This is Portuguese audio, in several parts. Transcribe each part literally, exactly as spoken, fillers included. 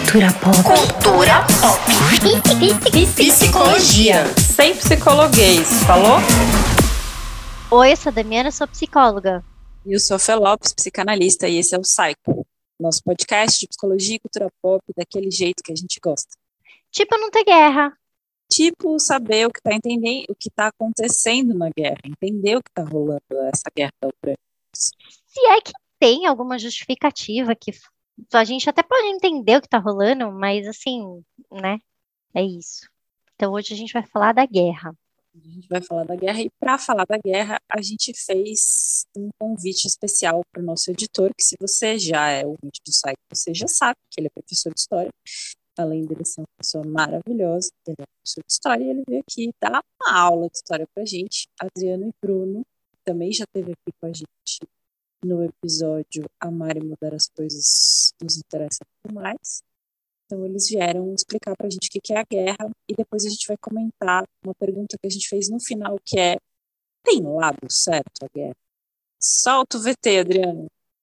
Cultura pop. Cultura pop. Psicologia. Sem psicologuês, falou? Oi, eu sou a Damiana, sou psicóloga. E eu sou a Fê Lopes, psicanalista, e esse é o Psycho, nosso podcast de psicologia e cultura pop daquele jeito que a gente gosta. Tipo não ter guerra. Tipo saber o que está entendendo, o que está acontecendo na guerra, entender o que está rolando essa guerra da Ucrânia. Se é que tem alguma justificativa que a gente até pode entender o que tá rolando, mas assim, né? É isso. Então hoje a gente vai falar da guerra. A gente vai falar da guerra e para falar da guerra a gente fez um convite especial para o nosso editor, que se você já é ouvinte do site, você já sabe que ele é professor de história. Além dele ser uma pessoa maravilhosa, ele é professor de história e ele veio aqui dar uma aula de história pra gente. Adriano e Bruno também já esteve aqui com a gente no episódio Amar e Mudar as Coisas Nos Interessa Muito Mais. Então eles vieram explicar pra gente o que é a guerra e depois a gente vai comentar uma pergunta que a gente fez no final, que é: tem lado certo a guerra? Solta o V T, Adriano.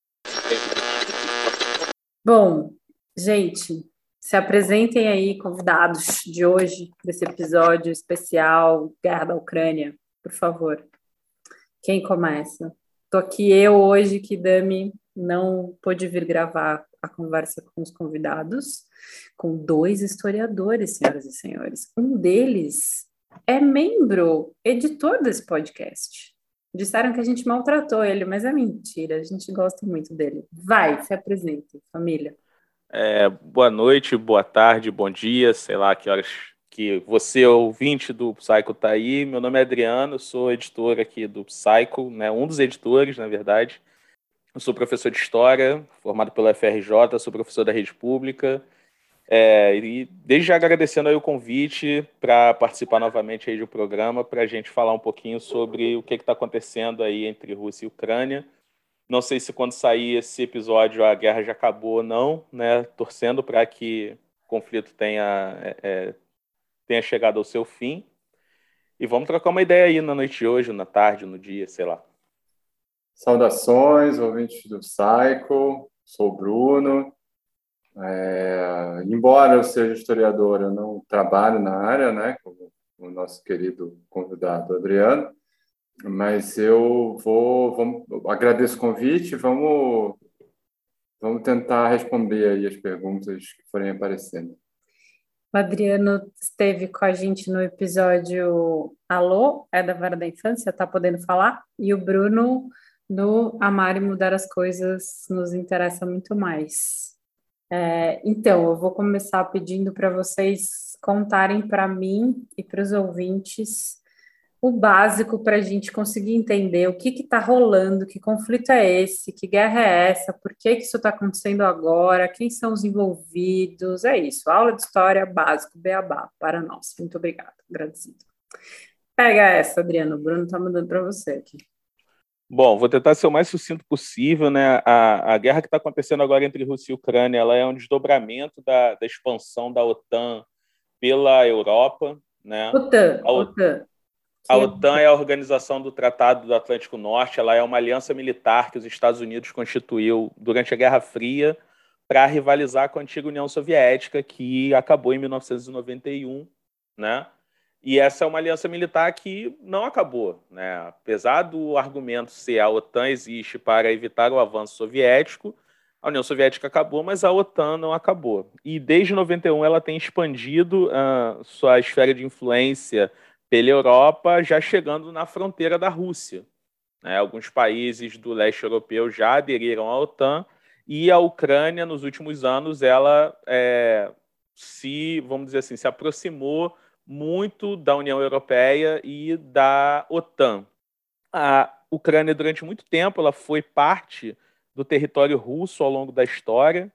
Bom, gente, se apresentem aí, convidados de hoje, desse episódio especial Guerra da Ucrânia, por favor. Quem começa? Tô aqui eu hoje, que Dami não pôde vir gravar a conversa com os convidados, com dois historiadores, senhoras e senhores. Um deles é membro, editor desse podcast. Disseram que a gente maltratou ele, mas é mentira, a gente gosta muito dele. Vai, se apresente, família. É, boa noite, boa tarde, bom dia, sei lá que horas que você, ouvinte do Psycho, tá aí. Meu nome é Adriano, sou editor aqui do Psycho, né, um dos editores, na verdade. Eu sou professor de História, formado pela F R J, sou professor da Rede Pública. É, e desde já agradecendo aí o convite para participar novamente aí do programa, para a gente falar um pouquinho sobre o que está acontecendo aí entre Rússia e Ucrânia. Não sei se quando sair esse episódio a guerra já acabou ou não, né? Torcendo para que o conflito tenha, é, é, tenha chegado ao seu fim. E vamos trocar uma ideia aí na noite de hoje, na tarde, no dia, sei lá. Saudações, ouvintes do Psycho, sou o Bruno. É, embora eu seja historiador, eu não trabalho na área, né? Como o nosso querido convidado Adriano. Mas eu vou, vamos, agradeço o convite, vamos, vamos tentar responder aí as perguntas que forem aparecendo. O Adriano esteve com a gente no episódio Alô, é da Vara da Infância, tá podendo falar? E o Bruno no Amar e Mudar as Coisas Nos Interessa Muito Mais. É, então, eu vou começar pedindo para vocês contarem para mim e para os ouvintes o básico para a gente conseguir entender o que está rolando, que conflito é esse, que guerra é essa, por que, que isso está acontecendo agora, quem são os envolvidos, é isso, aula de história básico, beabá, para nós. Muito obrigada, agradecido. Pega essa, Adriano, o Bruno está mandando para você aqui. Bom, vou tentar ser o mais sucinto possível, né? A, a guerra que está acontecendo agora entre Rússia e Ucrânia, ela é um desdobramento da, da expansão da OTAN pela Europa, né? OTAN, a OTAN. A OTAN é a Organização do Tratado do Atlântico Norte, ela é uma aliança militar que os Estados Unidos constituiu durante a Guerra Fria para rivalizar com a antiga União Soviética, que acabou em mil novecentos e noventa e um, né? E essa é uma aliança militar que não acabou, né? Apesar do argumento ser a OTAN existe para evitar o avanço soviético, a União Soviética acabou, mas a OTAN não acabou. E desde noventa e um ela tem expandido uh, sua esfera de influência pela Europa, já chegando na fronteira da Rússia. Né? Alguns países do leste europeu já aderiram à OTAN e a Ucrânia, nos últimos anos, ela é, se, vamos dizer assim, se aproximou muito da União Europeia e da OTAN. A Ucrânia, durante muito tempo, ela foi parte do território russo ao longo da história,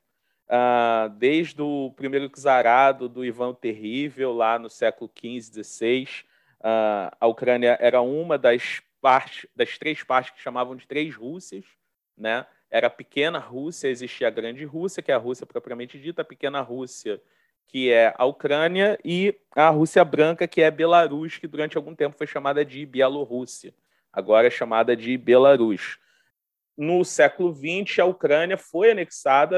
uh, desde o primeiro czarado do Ivan o Terrível, lá no século quinze, dezesseis. Uh, a Ucrânia era uma das, partes, das três partes que chamavam de três Rússias, né? Era a pequena Rússia, existia a grande Rússia, que é a Rússia propriamente dita, a pequena Rússia, que é a Ucrânia, e a Rússia branca, que é Belarus, que durante algum tempo foi chamada de Bielorrússia, agora é chamada de Belarus. No século vinte, a Ucrânia foi anexada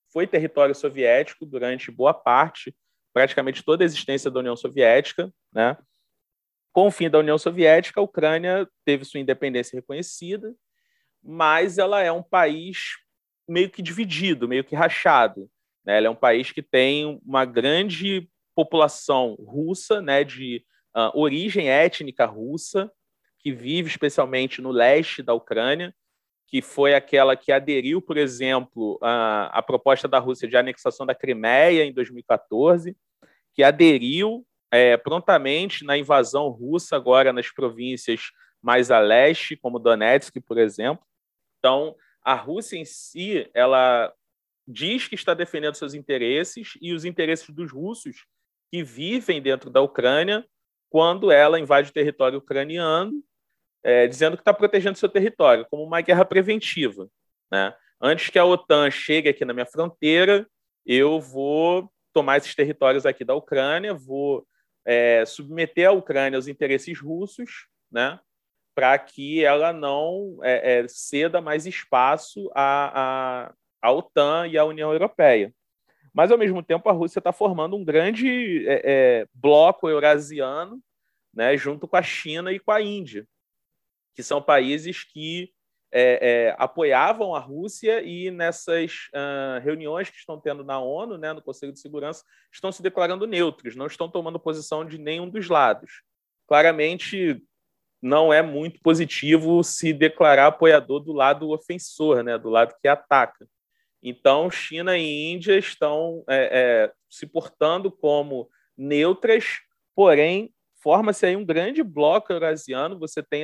foi território soviético durante boa parte, praticamente toda a existência da União Soviética, né? Com o fim da União Soviética, a Ucrânia teve sua independência reconhecida, mas ela é um país meio que dividido, meio que rachado, né? Ela é um país que tem uma grande população russa, né, de uh, origem étnica russa, que vive especialmente no leste da Ucrânia, que foi aquela que aderiu, por exemplo, à, à proposta da Rússia de anexação da Crimeia em dois mil e quatorze, que aderiu é, prontamente na invasão russa agora nas províncias mais a leste, como Donetsk, por exemplo. Então, a Rússia em si, ela diz que está defendendo seus interesses e os interesses dos russos que vivem dentro da Ucrânia quando ela invade o território ucraniano, é, dizendo que está protegendo seu território, como uma guerra preventiva, né? Antes que a OTAN chegue aqui na minha fronteira, eu vou tomar esses territórios aqui da Ucrânia, vou é, submeter a Ucrânia aos interesses russos, né, para que ela não é, é, ceda mais espaço à, à, à OTAN e à União Europeia. Mas, ao mesmo tempo, a Rússia está formando um grande é, é, bloco eurasiano, né, junto com a China e com a Índia, que são países que é, é, apoiavam a Rússia e nessas uh, reuniões que estão tendo na ONU, né, no Conselho de Segurança, estão se declarando neutros, não estão tomando posição de nenhum dos lados. Claramente, não é muito positivo se declarar apoiador do lado ofensor, né, do lado que ataca. Então, China e Índia estão é, é, se portando como neutras, porém, forma-se aí um grande bloco eurasiano, você tem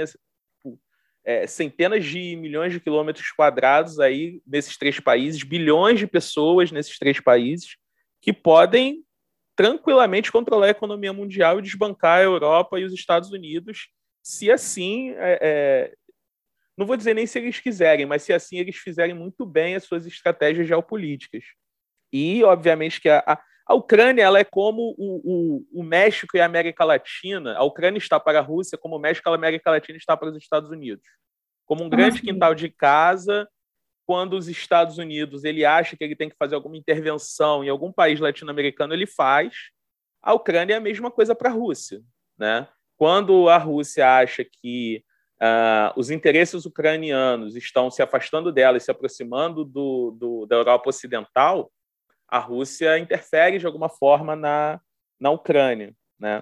É, centenas de milhões de quilômetros quadrados aí nesses três países, bilhões de pessoas nesses três países, que podem tranquilamente controlar a economia mundial e desbancar a Europa e os Estados Unidos, se assim, é, é, não vou dizer nem se eles quiserem, mas se assim eles fizerem muito bem as suas estratégias geopolíticas. E, obviamente, que a, a, a Ucrânia ela é como o, o, o México e a América Latina. A Ucrânia está para a Rússia como o México e a América Latina está para os Estados Unidos. Como um grande assim? quintal de casa, quando os Estados Unidos ele acha que ele tem que fazer alguma intervenção em algum país latino-americano, ele faz. A Ucrânia é a mesma coisa para a Rússia, né? Quando a Rússia acha que uh, os interesses ucranianos estão se afastando dela e se aproximando do, do, da Europa Ocidental, a Rússia interfere de alguma forma na, na Ucrânia, né?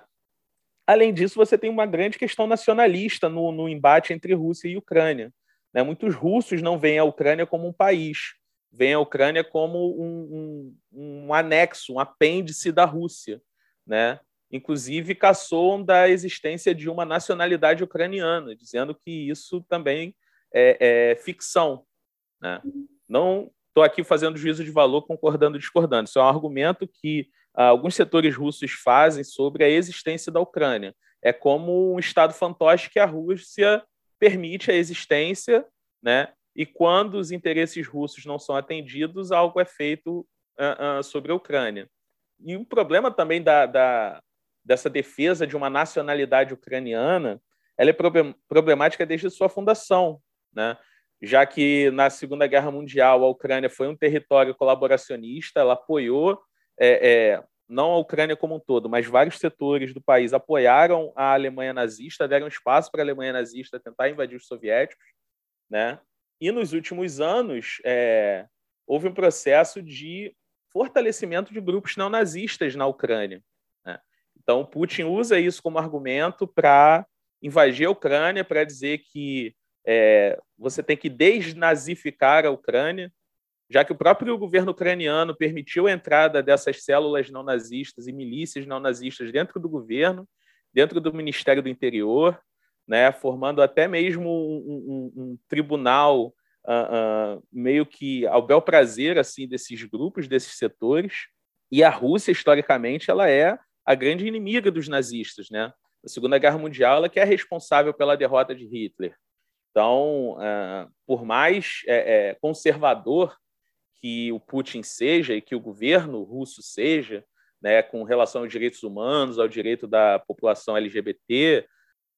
Além disso, você tem uma grande questão nacionalista no, no embate entre Rússia e Ucrânia, né? Muitos russos não veem a Ucrânia como um país, veem a Ucrânia como um, um, um anexo, um apêndice da Rússia, né? Inclusive, caçoam da existência de uma nacionalidade ucraniana, dizendo que isso também é, é ficção, né? Não estou aqui fazendo juízo de valor, concordando ou discordando. Isso é um argumento que ah, alguns setores russos fazem sobre a existência da Ucrânia. É como um estado fantoche que a Rússia permite a existência, né? E quando os interesses russos não são atendidos, algo é feito uh, uh, sobre a Ucrânia. E o problema também da, da, dessa defesa de uma nacionalidade ucraniana, ela é problemática desde sua fundação, né? Já que na Segunda Guerra Mundial a Ucrânia foi um território colaboracionista, ela apoiou, é, é, não a Ucrânia como um todo, mas vários setores do país apoiaram a Alemanha nazista, deram espaço para a Alemanha nazista tentar invadir os soviéticos, né? E nos últimos anos é, houve um processo de fortalecimento de grupos neonazistas na Ucrânia, né? Então Putin usa isso como argumento para invadir a Ucrânia, para dizer que É, você tem que desnazificar a Ucrânia, já que o próprio governo ucraniano permitiu a entrada dessas células não nazistas e milícias não nazistas dentro do governo, dentro do Ministério do Interior, né, formando até mesmo um, um, um tribunal uh, uh, meio que ao bel prazer assim, desses grupos, desses setores. E a Rússia, historicamente, ela é a grande inimiga dos nazistas, né? Na Segunda Guerra Mundial, ela que é responsável pela derrota de Hitler. Então, uh, por mais é, é, conservador que o Putin seja e que o governo russo seja, né, com relação aos direitos humanos, ao direito da população L G B T,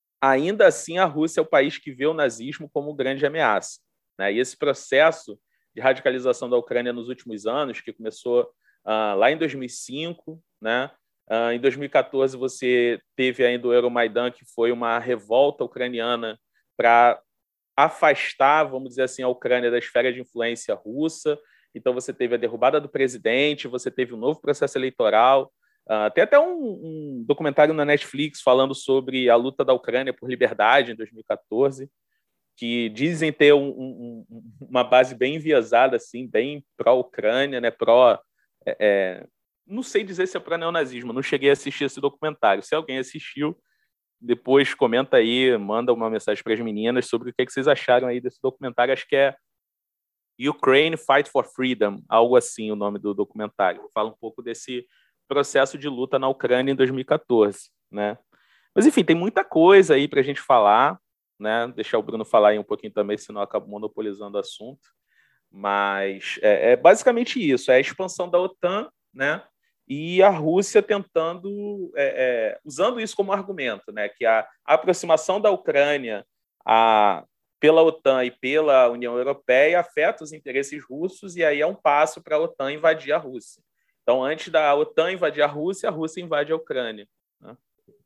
ainda assim a Rússia é o país que vê o nazismo como grande ameaça, né? E esse processo de radicalização da Ucrânia nos últimos anos, que começou uh, lá em dois mil e cinco, né? Uh, em dois mil e quatorze, você teve ainda o Euromaidan, que foi uma revolta ucraniana para afastar, vamos dizer assim, a Ucrânia da esfera de influência russa. Então, você teve a derrubada do presidente, você teve um novo processo eleitoral. Uh, tem até um, um documentário na Netflix falando sobre a luta da Ucrânia por liberdade em dois mil e quatorze, que dizem ter um, um, uma base bem enviesada, assim, bem pró-Ucrânia, né, pró... É, é, não sei dizer se é para neonazismo, não cheguei a assistir esse documentário. Se alguém assistiu, depois comenta aí, manda uma mensagem para as meninas sobre o que, é que vocês acharam aí desse documentário. Acho que é Ukraine Fight for Freedom, algo assim o nome do documentário. Fala um pouco desse processo de luta na Ucrânia em dois mil e quatorze, né? Mas, enfim, tem muita coisa aí para a gente falar, né? Deixar o Bruno falar aí um pouquinho também, senão eu acabo monopolizando o assunto. Mas é, é basicamente isso, é a expansão da OTAN, né? E a Rússia tentando, é, é, usando isso como argumento, né, que a, a aproximação da Ucrânia a, pela OTAN e pela União Europeia afeta os interesses russos, e aí é um passo para a OTAN invadir a Rússia. Então, antes da OTAN invadir a Rússia, a Rússia invade a Ucrânia, né?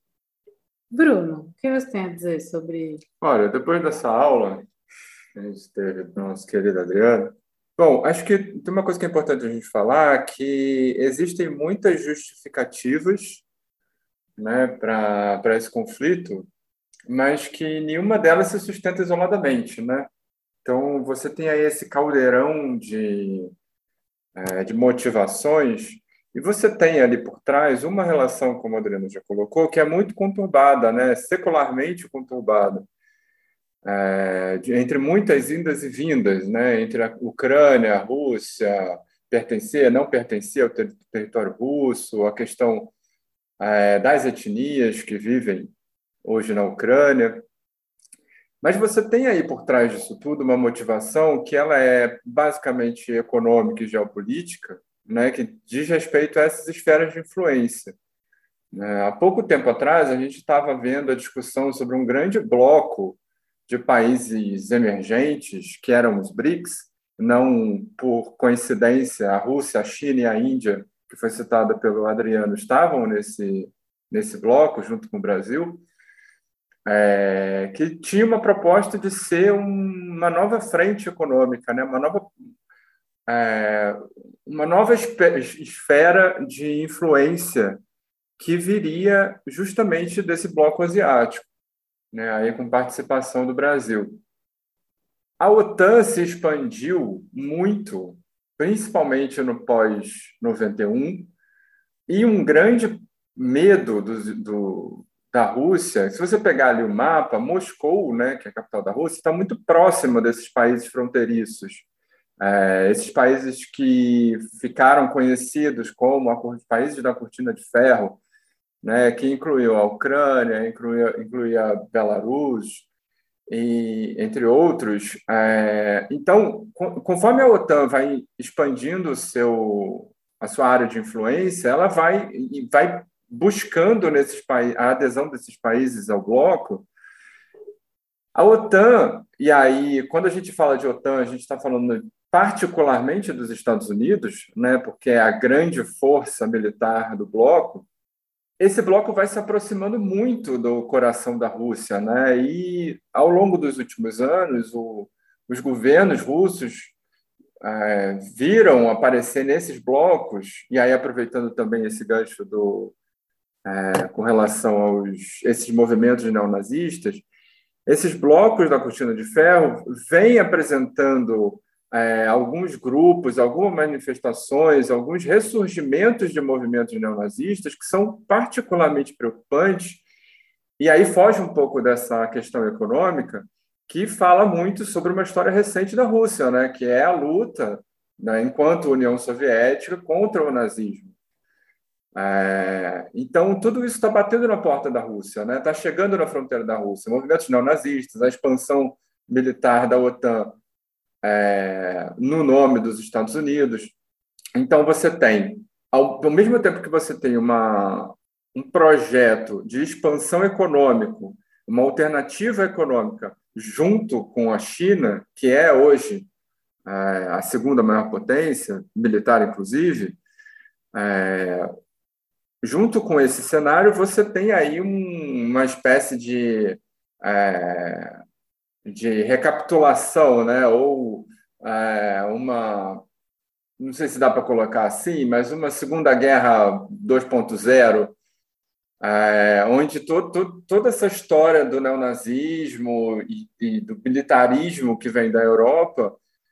Bruno, o que você tem a dizer sobre... Olha, depois dessa aula que a gente teve com o nosso querido Adriano, bom, acho que tem uma coisa que é importante a gente falar, que existem muitas justificativas, né, para para esse conflito, mas que nenhuma delas se sustenta isoladamente, né? Então, você tem aí esse caldeirão de, é, de motivações, e você tem ali por trás uma relação, como o Adriano já colocou, que é muito conturbada, né? Secularmente conturbada. É, de, entre muitas indas e vindas, né, entre a Ucrânia, a Rússia, pertencer, não pertencer ao ter, território russo, a questão é, das etnias que vivem hoje na Ucrânia. Mas você tem aí por trás disso tudo uma motivação que ela é basicamente econômica e geopolítica, né, que diz respeito a essas esferas de influência. É, há pouco tempo atrás, a gente estava vendo a discussão sobre um grande bloco de países emergentes, que eram os BRICS, não por coincidência, a Rússia, a China e a Índia, que foi citada pelo Adriano, estavam nesse, nesse bloco, junto com o Brasil, é, que tinha uma proposta de ser um, uma nova frente econômica, né? uma nova, é, uma nova esfera de influência que viria justamente desse bloco asiático, né, aí com participação do Brasil. A OTAN se expandiu muito, principalmente no pós noventa e um, e um grande medo do, do, da Rússia, se você pegar ali o mapa, Moscou, né, que é a capital da Rússia, está muito próximo desses países fronteiriços, é, esses países que ficaram conhecidos como os países da Cortina de Ferro, né, que incluiu a Ucrânia, incluía, incluía a Belarus, e, entre outros. É, então, conforme a OTAN vai expandindo o seu, a sua área de influência, ela vai, vai buscando nesses países, a adesão desses países ao bloco. A OTAN, e aí, quando a gente fala de OTAN, a gente está falando particularmente dos Estados Unidos, né, porque é a grande força militar do bloco. Esse bloco vai se aproximando muito do coração da Rússia, né? E, ao longo dos últimos anos, o, os governos russos é, viram aparecer nesses blocos, e aí, aproveitando também esse gancho do, é, com relação aos esses movimentos neonazistas, esses blocos da Cortina de Ferro vêm apresentando é, alguns grupos, algumas manifestações, alguns ressurgimentos de movimentos neonazistas que são particularmente preocupantes, e aí foge um pouco dessa questão econômica, que fala muito sobre uma história recente da Rússia, né, que é a luta, né, enquanto União Soviética, contra o nazismo. É, então, tudo isso está batendo na porta da Rússia, né, está chegando na fronteira da Rússia. Movimentos neonazistas, a expansão militar da OTAN, É, no nome dos Estados Unidos. Então, você tem, ao, ao mesmo tempo que você tem uma, um projeto de expansão econômica, uma alternativa econômica junto com a China, que é hoje é, a segunda maior potência, militar inclusive, é, junto com esse cenário, você tem aí um, uma espécie de, é, de recapitulação, né? Ou é, uma, não sei se dá para colocar assim, mas uma Segunda Guerra dois ponto zero, é, onde to, to, toda essa história do neonazismo e, e do militarismo que vem da Europa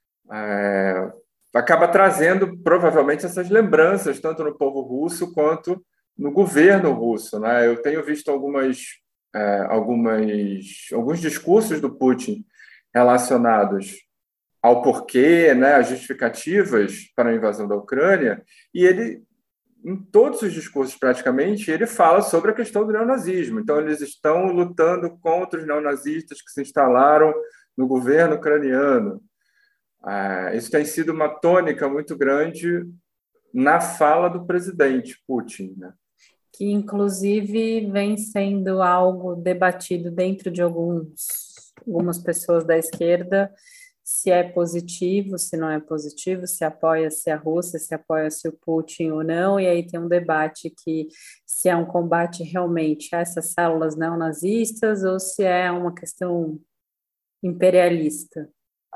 é, acaba trazendo provavelmente essas lembranças, tanto no povo russo quanto no governo russo, né? Eu tenho visto algumas, é, algumas, alguns discursos do Putin relacionados ao porquê, né, as justificativas para a invasão da Ucrânia, e ele, em todos os discursos praticamente, ele fala sobre a questão do neonazismo. Então, eles estão lutando contra os neonazistas que se instalaram no governo ucraniano. Ah, isso tem sido uma tônica muito grande na fala do presidente Putin, né? Que, inclusive, vem sendo algo debatido dentro de alguns, algumas pessoas da esquerda, se é positivo, se não é positivo, se apoia-se a Rússia, se apoia-se o Putin ou não, e aí tem um debate que se é um combate realmente a essas células neonazistas ou se é uma questão imperialista.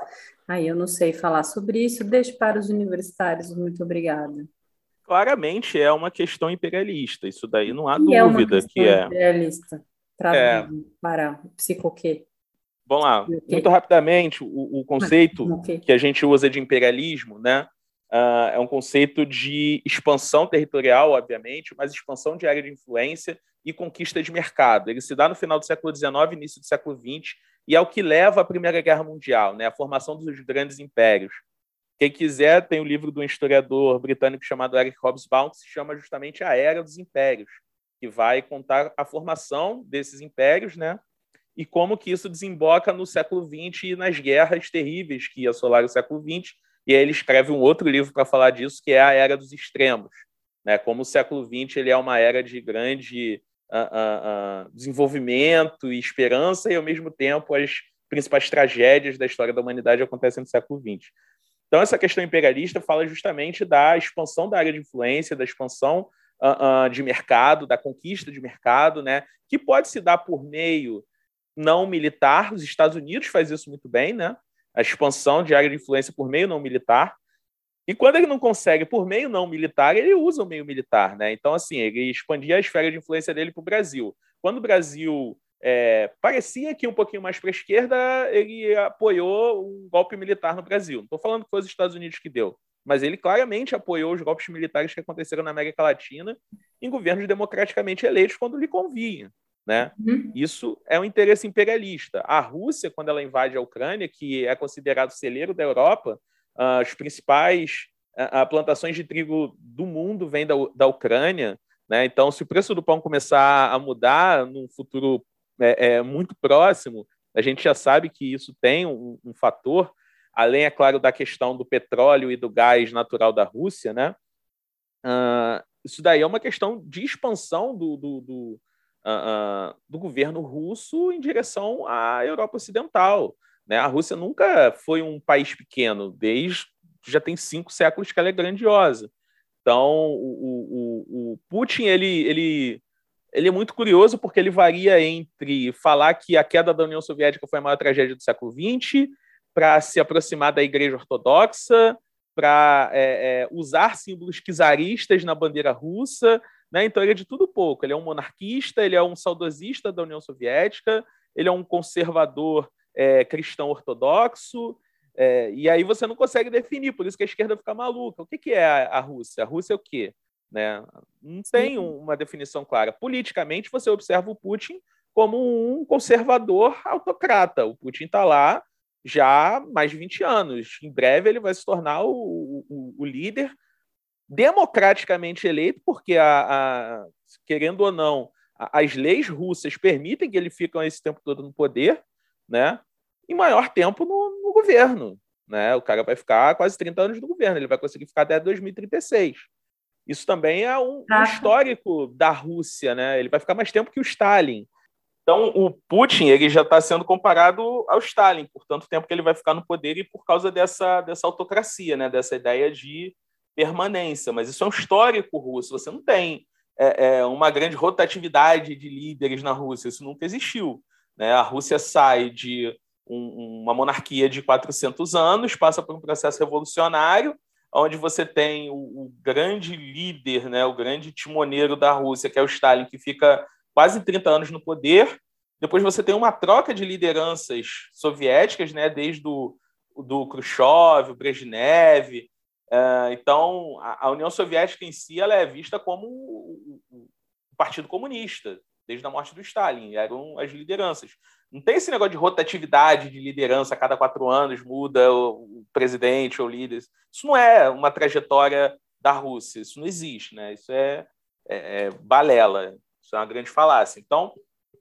Aí eu não sei falar sobre isso, deixo para os universitários, muito obrigada. Claramente é uma questão imperialista, isso daí não há E é uma dúvida questão que é. imperialista, para É. para psicoquê. Vamos lá, Okay. muito rapidamente, o, o conceito okay. que a gente usa de imperialismo, né, uh, é um conceito de expansão territorial, obviamente, mas expansão de área de influência e conquista de mercado. Ele se dá no final do século dezenove, início do século vinte, e é o que leva à Primeira Guerra Mundial, né, a formação dos grandes impérios. Quem quiser, tem o um livro de um historiador britânico chamado Eric Hobsbawm, que se chama justamente A Era dos Impérios, que vai contar a formação desses impérios, né, e como que isso desemboca no século vinte e nas guerras terríveis que assolaram o século vinte. E aí ele escreve um outro livro para falar disso, que é A Era dos Extremos, né? Como o século vinte ele é uma era de grande uh, uh, uh, desenvolvimento e esperança, e, ao mesmo tempo, as principais tragédias da história da humanidade acontecem no século vinte. Então, essa questão imperialista fala justamente da expansão da área de influência, da expansão uh, uh, de mercado, da conquista de mercado, né? Que pode se dar por meio não militar. Os Estados Unidos faz isso muito bem, né? A expansão de área de influência por meio não militar. E quando ele não consegue por meio não militar, ele usa o meio militar, né? Então, assim, ele expandia a esfera de influência dele para o Brasil. Quando o Brasil é, parecia que um pouquinho mais para a esquerda, ele apoiou um golpe militar no Brasil. Não estou falando que foi os Estados Unidos que deu, mas ele claramente apoiou os golpes militares que aconteceram na América Latina em governos democraticamente eleitos quando lhe convinha. Né? Uhum. Isso é um interesse imperialista. A Rússia, quando ela invade a Ucrânia, que é considerado o celeiro da Europa, uh, as principais uh, plantações de trigo do mundo vêm da, da Ucrânia, né? Então, se o preço do pão começar a mudar num futuro é, é, muito próximo, a gente já sabe que isso tem um, um fator, além, é claro, da questão do petróleo e do gás natural da Rússia, né? Uh, isso daí é uma questão de expansão do, do, do Uh, uh, do governo russo em direção à Europa Ocidental, né? A Rússia nunca foi um país pequeno, desde já tem cinco séculos que ela é grandiosa. Então, o, o, o Putin ele, ele, ele é muito curioso porque ele varia entre falar que a queda da União Soviética foi a maior tragédia do século vinte, para se aproximar da Igreja Ortodoxa, para é, é, usar símbolos czaristas na bandeira russa, né? Então, ele é de tudo pouco. Ele é um monarquista, ele é um saudosista da União Soviética, ele é um conservador é, cristão ortodoxo, é, e aí você não consegue definir, por isso que a esquerda fica maluca. O que, que é a, a Rússia? A Rússia é o quê? Né? Não tem uma definição clara. Politicamente, você observa o Putin como um conservador autocrata. O Putin está lá já há mais de vinte anos. Em breve, ele vai se tornar o, o, o líder democraticamente eleito, porque, a, a, querendo ou não, a, as leis russas permitem que ele fique esse tempo todo no poder, né? E maior tempo no, no governo. Né? O cara vai ficar quase trinta anos no governo, ele vai conseguir ficar até dois mil e trinta e seis. Isso também é um, um histórico da Rússia, né? Ele vai ficar mais tempo que o Stalin. Então, o Putin ele já está sendo comparado ao Stalin, por tanto tempo que ele vai ficar no poder e por causa dessa, dessa autocracia, né? Dessa ideia de permanência. Mas isso é um histórico russo. Você não tem é, é, uma grande rotatividade de líderes na Rússia. Isso nunca existiu, né? A Rússia sai de um, uma monarquia de quatrocentos anos, passa por um processo revolucionário, onde você tem o, o grande líder, né? O grande timoneiro da Rússia, que é o Stalin, que fica quase trinta anos no poder. Depois você tem uma troca de lideranças soviéticas, né, desde o do Khrushchev, o Brezhnev. Uh, então, a, a União Soviética em si ela é vista como o, o, o Partido Comunista, desde a morte do Stalin. Eram as lideranças. Não tem esse negócio de rotatividade de liderança, a cada quatro anos muda o, o presidente ou líder. Isso não é uma trajetória da Rússia, isso não existe, né? Isso é, é, é balela. Isso é uma grande falácia. Então,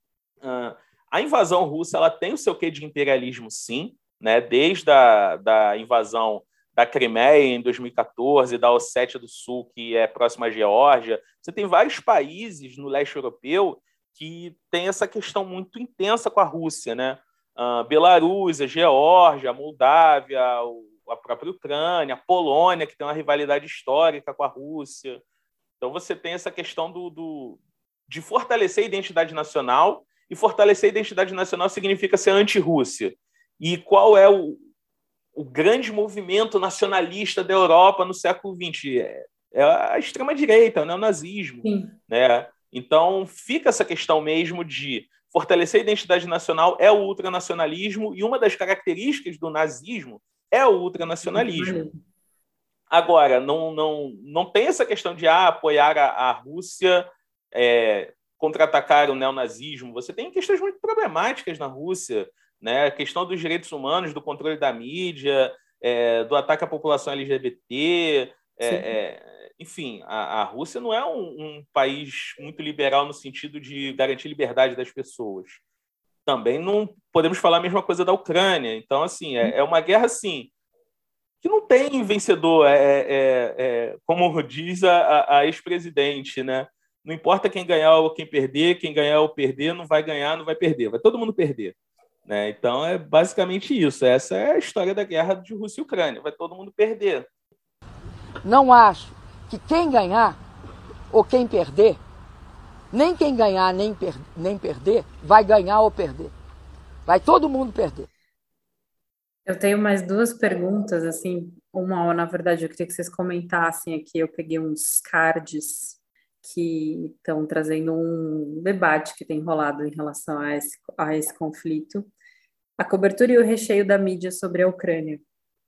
a invasão russa ela tem o seu quê de imperialismo, sim, né? Desde a da invasão da Crimeia em dois mil e quatorze, da Ossétia do Sul, que é próxima à Geórgia. Você tem vários países no leste europeu que têm essa questão muito intensa com a Rússia, né? Uh, Belarus, a Geórgia, a Moldávia, a própria Ucrânia, a Polônia, que tem uma rivalidade histórica com a Rússia. Então, você tem essa questão do, do de fortalecer a identidade nacional, e fortalecer a identidade nacional significa ser anti-Rússia. E qual é o, o grande movimento nacionalista da Europa no século vinte? É, é a extrema-direita, o neonazismo. Né? Então, fica essa questão mesmo de fortalecer a identidade nacional é o ultranacionalismo, e uma das características do nazismo é o ultranacionalismo. Agora, não, não, não tem essa questão de ah, apoiar a, a Rússia, É, contra-atacar o neonazismo. Você tem questões muito problemáticas na Rússia, né? A questão dos direitos humanos, do controle da mídia, é, do ataque à população L G B T. É, é, enfim, a, a Rússia não é um, um país muito liberal no sentido de garantir liberdade das pessoas. Também não podemos falar a mesma coisa da Ucrânia. Então, assim, é, é uma guerra assim, que não tem vencedor. É, é, é, como diz a, a ex-presidente, né? Não importa quem ganhar ou quem perder, quem ganhar ou perder não vai ganhar, não vai perder, vai todo mundo perder. Né? Então, é basicamente isso. Essa é a história da guerra de Rússia e Ucrânia, vai todo mundo perder. Não acho que quem ganhar ou quem perder, nem quem ganhar nem, per nem perder, vai ganhar ou perder. Vai todo mundo perder. Eu tenho mais duas perguntas, assim, uma, na verdade, eu queria que vocês comentassem aqui, eu peguei uns cards que estão trazendo um debate que tem rolado em relação a esse, a esse conflito, a cobertura e o recheio da mídia sobre a Ucrânia.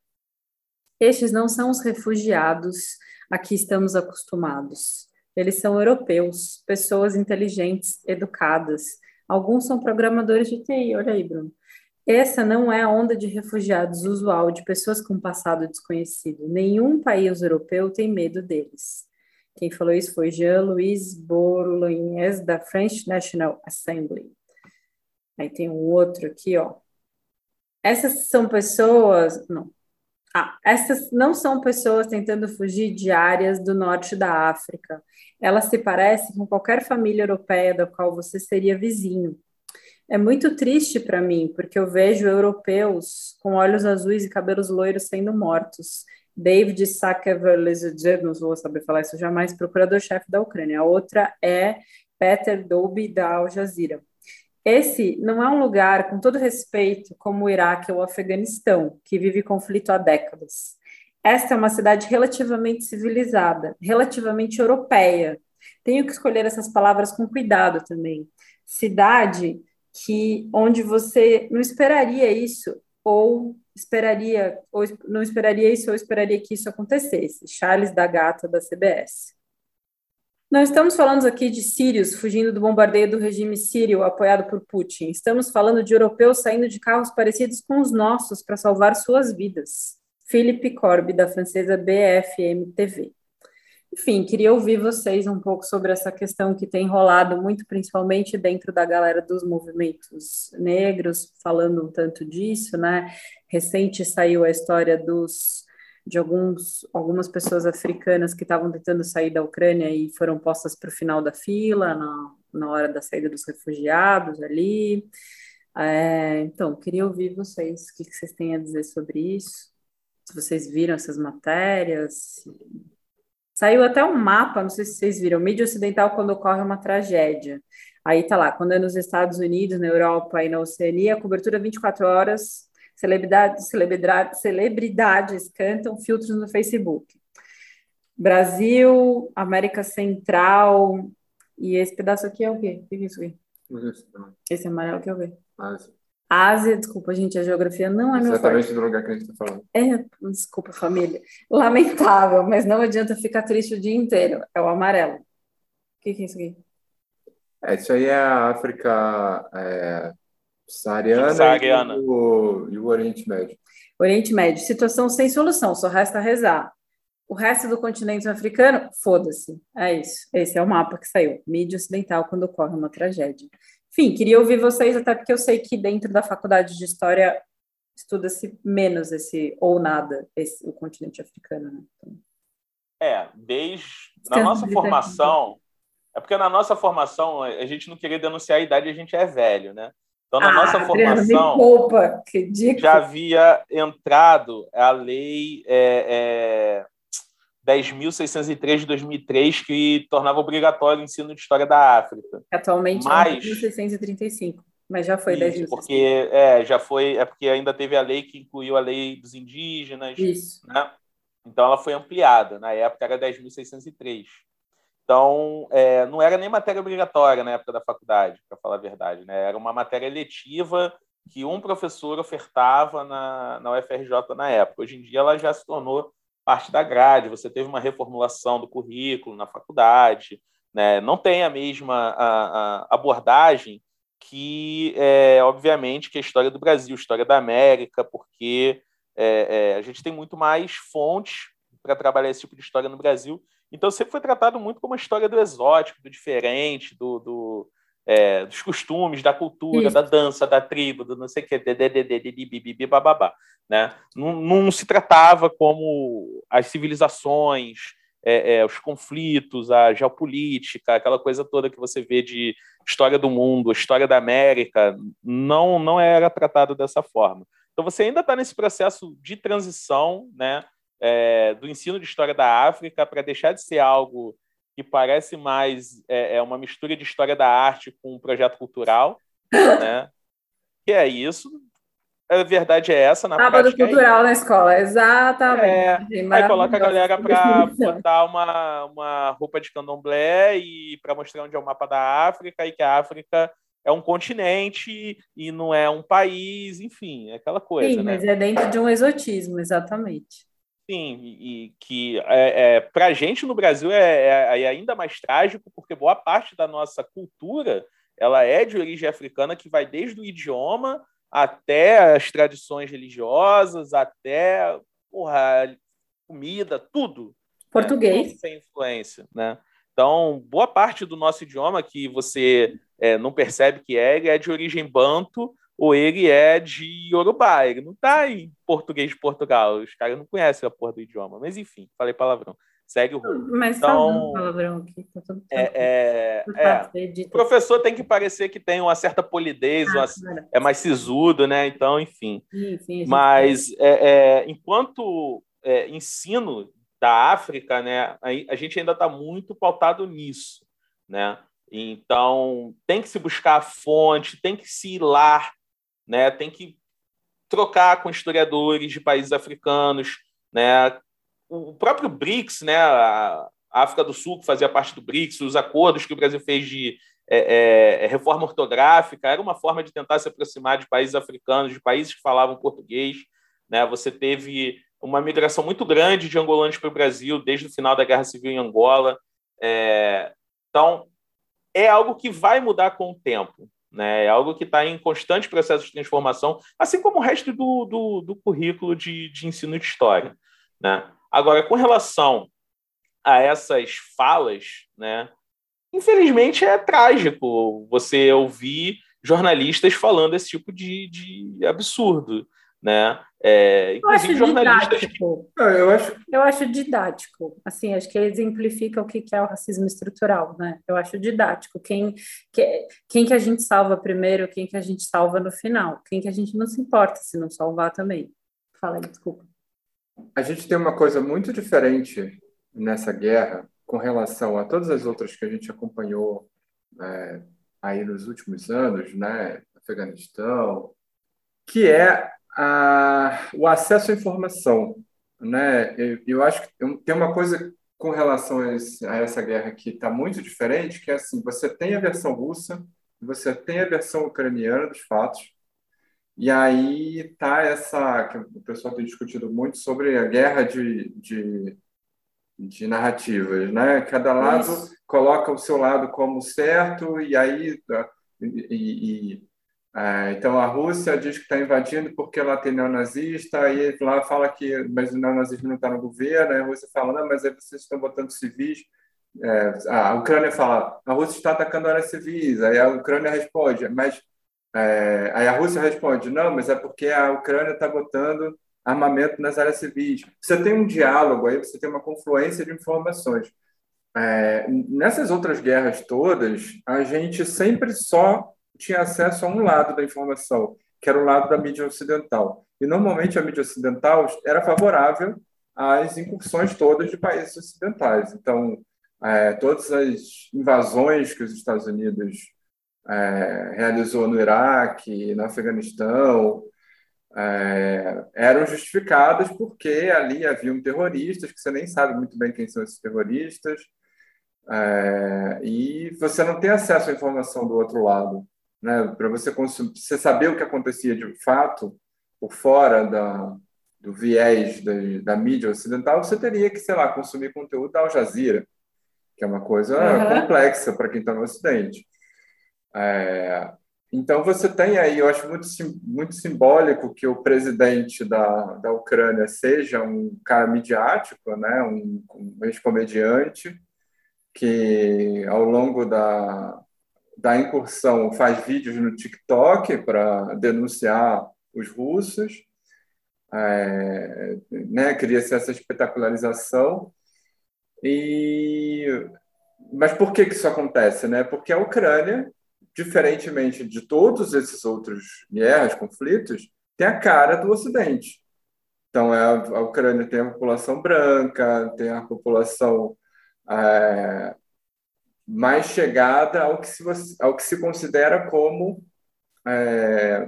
Estes não são os refugiados a que estamos acostumados. Eles são europeus, pessoas inteligentes, educadas. Alguns são programadores de T I, olha aí, Bruno. Essa não é a onda de refugiados usual de pessoas com passado desconhecido. Nenhum país europeu tem medo deles. Quem falou isso foi Jean-Louis Bourlanges, da French National Assembly. Aí tem um outro aqui, ó. Essas são pessoas... Não. Ah, essas não são pessoas tentando fugir de áreas do norte da África. Elas se parecem com qualquer família europeia da qual você seria vizinho. É muito triste para mim, porque eu vejo europeus com olhos azuis e cabelos loiros sendo mortos. David Sakeveldzev, não vou saber falar isso jamais, procurador-chefe da Ucrânia. A outra é Peter Dobi, da Al Jazeera. Esse não é um lugar, com todo respeito, como o Iraque ou o Afeganistão, que vive conflito há décadas. Esta é uma cidade relativamente civilizada, relativamente europeia. Tenho que escolher essas palavras com cuidado também. Cidade que, onde você não esperaria isso, ou esperaria, ou não esperaria isso, ou esperaria que isso acontecesse. Charles da Gata, da C B S. Não estamos falando aqui de sírios fugindo do bombardeio do regime sírio apoiado por Putin. Estamos falando de europeus saindo de carros parecidos com os nossos para salvar suas vidas. Philippe Corby, da francesa B F M T V. Enfim, queria ouvir vocês um pouco sobre essa questão que tem rolado muito, principalmente dentro da galera dos movimentos negros, falando um tanto disso, né? Recente saiu a história dos, de alguns, algumas pessoas africanas que estavam tentando sair da Ucrânia e foram postas para o final da fila, na, na hora da saída dos refugiados ali. É, então, queria ouvir vocês, o que, que vocês têm a dizer sobre isso, se vocês viram essas matérias. Se... Saiu até um mapa, não sei se vocês viram, mídia ocidental quando ocorre uma tragédia. Aí tá lá, quando é nos Estados Unidos, na Europa e na Oceania, cobertura vinte e quatro horas, celebridades, celebridades, celebridades cantam, filtros no Facebook. Brasil, América Central, e esse pedaço aqui é o quê? O que é isso aqui? Esse amarelo que é o quê? Ásia. Ásia, desculpa, gente, a geografia não é meu forte. Exatamente do lugar que a gente está falando. É, desculpa, família. Lamentável, mas não adianta ficar triste o dia inteiro. É o amarelo. O que, que é isso aqui? É, isso aí é a África é, saariana, Saariana. E, o, e o Oriente Médio. Oriente Médio, situação sem solução, só resta rezar. O resto do continente africano, foda-se. É isso. Esse é o mapa que saiu. Mídia ocidental quando ocorre uma tragédia. Enfim, queria ouvir vocês, até porque eu sei que dentro da faculdade de História estuda-se menos esse, ou nada, esse, o continente africano, né? Então... É, desde... Na nossa formação... É porque na nossa formação, a gente não queria denunciar a idade, a gente é velho, né? Então, na ah, nossa Adriano, formação, me poupa, que dica. Já havia entrado a lei é, é, dez mil seiscentos e três de dois mil e três, que tornava obrigatório o ensino de História da África. Atualmente mas, é mil seiscentos e trinta e cinco, mas já foi isso, dez mil e seiscentos. Porque, é, já foi, é porque ainda teve a lei que incluiu a lei dos indígenas. Isso. Né? Então, ela foi ampliada. Na época, era dez mil seiscentos e três. Então, é, não era nem matéria obrigatória na época da faculdade, para falar a verdade. Né? Era uma matéria eletiva que um professor ofertava na, na U F R J na época. Hoje em dia, ela já se tornou parte da grade. Você teve uma reformulação do currículo na faculdade. Né? Não tem a mesma a, a abordagem que, é, obviamente, que a história do Brasil, a história da América, porque é, é, a gente tem muito mais fontes para trabalhar esse tipo de história no Brasil. Então, sempre foi tratado muito como a história do exótico, do diferente, do, do, é, dos costumes, da cultura, Isso. da dança, da tribo, do não sei o que, bababá, né? Não, não se tratava como as civilizações, é, é, os conflitos, a geopolítica, aquela coisa toda que você vê de história do mundo, a história da América, não, não era tratado dessa forma. Então, você ainda está nesse processo de transição, né? É, do ensino de história da África, para deixar de ser algo que parece mais é, é uma mistura de história da arte com um projeto cultural, né? Que é isso. A verdade é essa, na Sábado prática cultural é na escola, exatamente. é, aí coloca a galera para botar uma, uma roupa de candomblé e para mostrar onde é o mapa da África, e que a África é um continente e não é um país, enfim, é aquela coisa. Sim, né? mas é dentro de um exotismo, exatamente. Sim, e, e que é, é, para a gente no Brasil é, é, é ainda mais trágico, porque boa parte da nossa cultura ela é de origem africana, que vai desde o idioma até as tradições religiosas, até porra, comida, tudo. Português. Né? Tudo tem influência. Né? Então, boa parte do nosso idioma que você é, não percebe que é, ele é de origem banto, ou ele é de Yorubá, ele não está em português de Portugal, os caras não conhecem a porra do idioma, mas enfim, falei palavrão, segue o rumo. Mas então, tá palavrão aqui, tá tudo é, é, é, o professor tem que parecer que tem uma certa polidez, ah, uma, é mais sisudo, né? Então, enfim. Sim, sim, mas é, é, enquanto é, ensino da África, né, a, a gente ainda está muito pautado nisso, né? Então, tem que se buscar a fonte, tem que se hilar, né? Tem que trocar com historiadores de países africanos, né? O próprio BRICS, né? A África do Sul, que fazia parte do BRICS, os acordos que o Brasil fez de é, é, reforma ortográfica, era uma forma de tentar se aproximar de países africanos, de países que falavam português, né? Você teve uma migração muito grande de angolanos para o Brasil desde o final da Guerra Civil em Angola. É, então, é algo que vai mudar com o tempo. Né? É algo que está em constante processo de transformação, assim como o resto do, do, do currículo de, de ensino de história. Né? Agora, com relação a essas falas, né, infelizmente é trágico você ouvir jornalistas falando esse tipo de, de absurdo. né? É, Eu acho inclusive jornalistas. didático. Não, eu acho, Eu acho didático. Assim, acho que exemplifica o que que é o racismo estrutural, né? Eu acho didático. Quem que, quem que a gente salva primeiro, quem que a gente salva no final. Quem que a gente não se importa se não salvar também. Fala aí, desculpa. a gente tem uma coisa muito diferente nessa guerra com relação a todas as outras que a gente acompanhou é, aí nos últimos anos, né? Afeganistão, que é a, o acesso à informação, né? Eu, eu acho que tem uma coisa com relação a, esse, a essa guerra que está muito diferente, que é assim, você tem a versão russa, você tem a versão ucraniana dos fatos, e aí tá essa que o pessoal tem discutido muito sobre a guerra de, de, de narrativas, né? Cada lado Isso. coloca o seu lado como certo, e aí e, e, é, então, a Rússia diz que está invadindo porque ela tem neonazista, aí lá fala que mas o neonazismo não está no governo, aí a Rússia fala, não, mas aí vocês estão botando civis. É, a Ucrânia fala, a Rússia está atacando áreas civis, aí a Ucrânia responde, mas é, aí a Rússia responde, não, mas é porque a Ucrânia está botando armamento nas áreas civis. Você tem um diálogo aí, você tem uma confluência de informações. É, nessas outras guerras todas, a gente sempre só tinha acesso a um lado da informação, que era o lado da mídia ocidental. E normalmente a mídia ocidental era favorável às incursões todas de países ocidentais. Então, é, todas as invasões que os Estados Unidos é, realizou no Iraque, no Afeganistão, é, eram justificadas porque ali haviam terroristas, que você nem sabe muito bem quem são esses terroristas, é, e você não tem acesso à informação do outro lado, né? Para você, você saber o que acontecia de fato por fora da, do viés da, da mídia ocidental, você teria que, sei lá, consumir conteúdo da Al Jazeera, que é uma coisa Uhum. complexa para quem está no Ocidente. É, então você tem aí, eu acho muito, muito simbólico que o presidente da, da Ucrânia seja um cara midiático, né? um, um ex-comediante, que ao longo da, da incursão faz vídeos no TikTok para denunciar os russos, é, né, cria-se essa espetacularização. E... Mas por que, que isso acontece? Né? Porque a Ucrânia, diferentemente de todos esses outros guerras, conflitos, tem a cara do Ocidente. Então, a, a Ucrânia tem a população branca, tem a população... É, mais chegada ao que se, ao que se considera como é,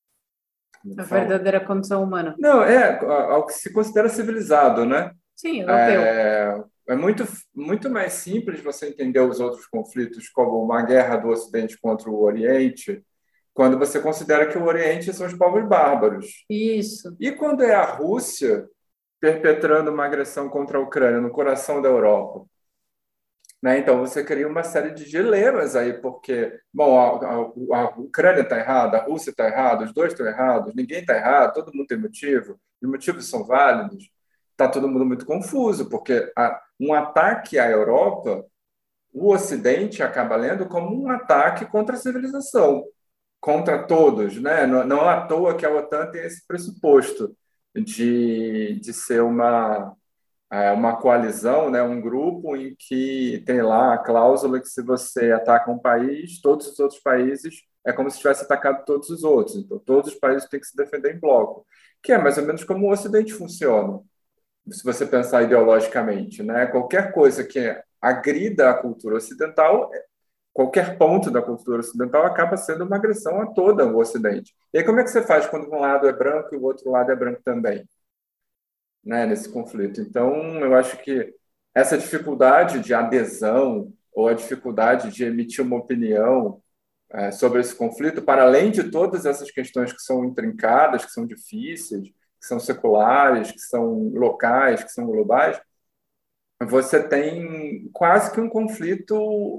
A verdadeira condição humana. Não, é ao que se considera civilizado, né? Sim, europeu. É, é muito, muito mais simples você entender os outros conflitos como uma guerra do Ocidente contra o Oriente, quando você considera que o Oriente são os povos bárbaros. Isso. E quando é a Rússia perpetrando uma agressão contra a Ucrânia no coração da Europa? Né? Então, você cria uma série de dilemas aí, porque, bom, a, a, a Ucrânia está errada, a Rússia está errada, os dois estão errados, ninguém está errado, todo mundo tem motivo, os motivos são válidos. Está todo mundo muito confuso, porque a, um ataque à Europa, o Ocidente acaba lendo como um ataque contra a civilização, contra todos. Né? Não, não à toa que a OTAN tem esse pressuposto de, de ser uma... É uma coalizão, né, um grupo em que tem lá a cláusula que se você ataca um país, todos os outros países, é como se tivesse atacado todos os outros. Então, todos os países têm que se defender em bloco, que é mais ou menos como o Ocidente funciona, se você pensar ideologicamente. Né? Qualquer coisa que agrida a cultura ocidental, qualquer ponto da cultura ocidental acaba sendo uma agressão a toda o Ocidente. E aí, como é que você faz quando um lado é branco e o outro lado é branco também? Né, nesse conflito. Então, eu acho que essa dificuldade de adesão ou a dificuldade de emitir uma opinião é, sobre esse conflito, para além de todas essas questões que são intrincadas, que são difíceis, que são seculares, que são locais, que são globais, você tem quase que um conflito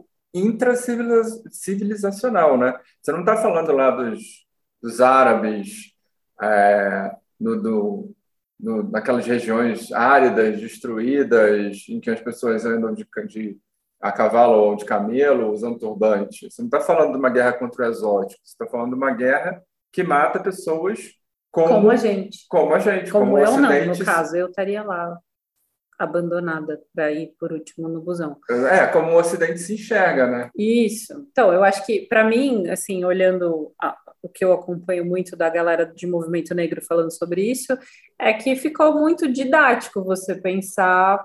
intracivilizacional, né? Você não está falando lá dos, dos árabes, é, no, do No, naquelas regiões áridas, destruídas, em que as pessoas andam de, de, a cavalo ou de camelo, usando turbante. Você não está falando de uma guerra contra o exótico, você está falando de uma guerra que mata pessoas como, como a gente. Como a gente. Como, como eu Ocidente... não, no caso, eu estaria lá abandonada para ir por último no busão. É, como o Ocidente se enxerga, né? Isso. Então, eu acho que, para mim, assim, olhando a, o que eu acompanho muito da galera de movimento negro falando sobre isso, é que ficou muito didático você pensar,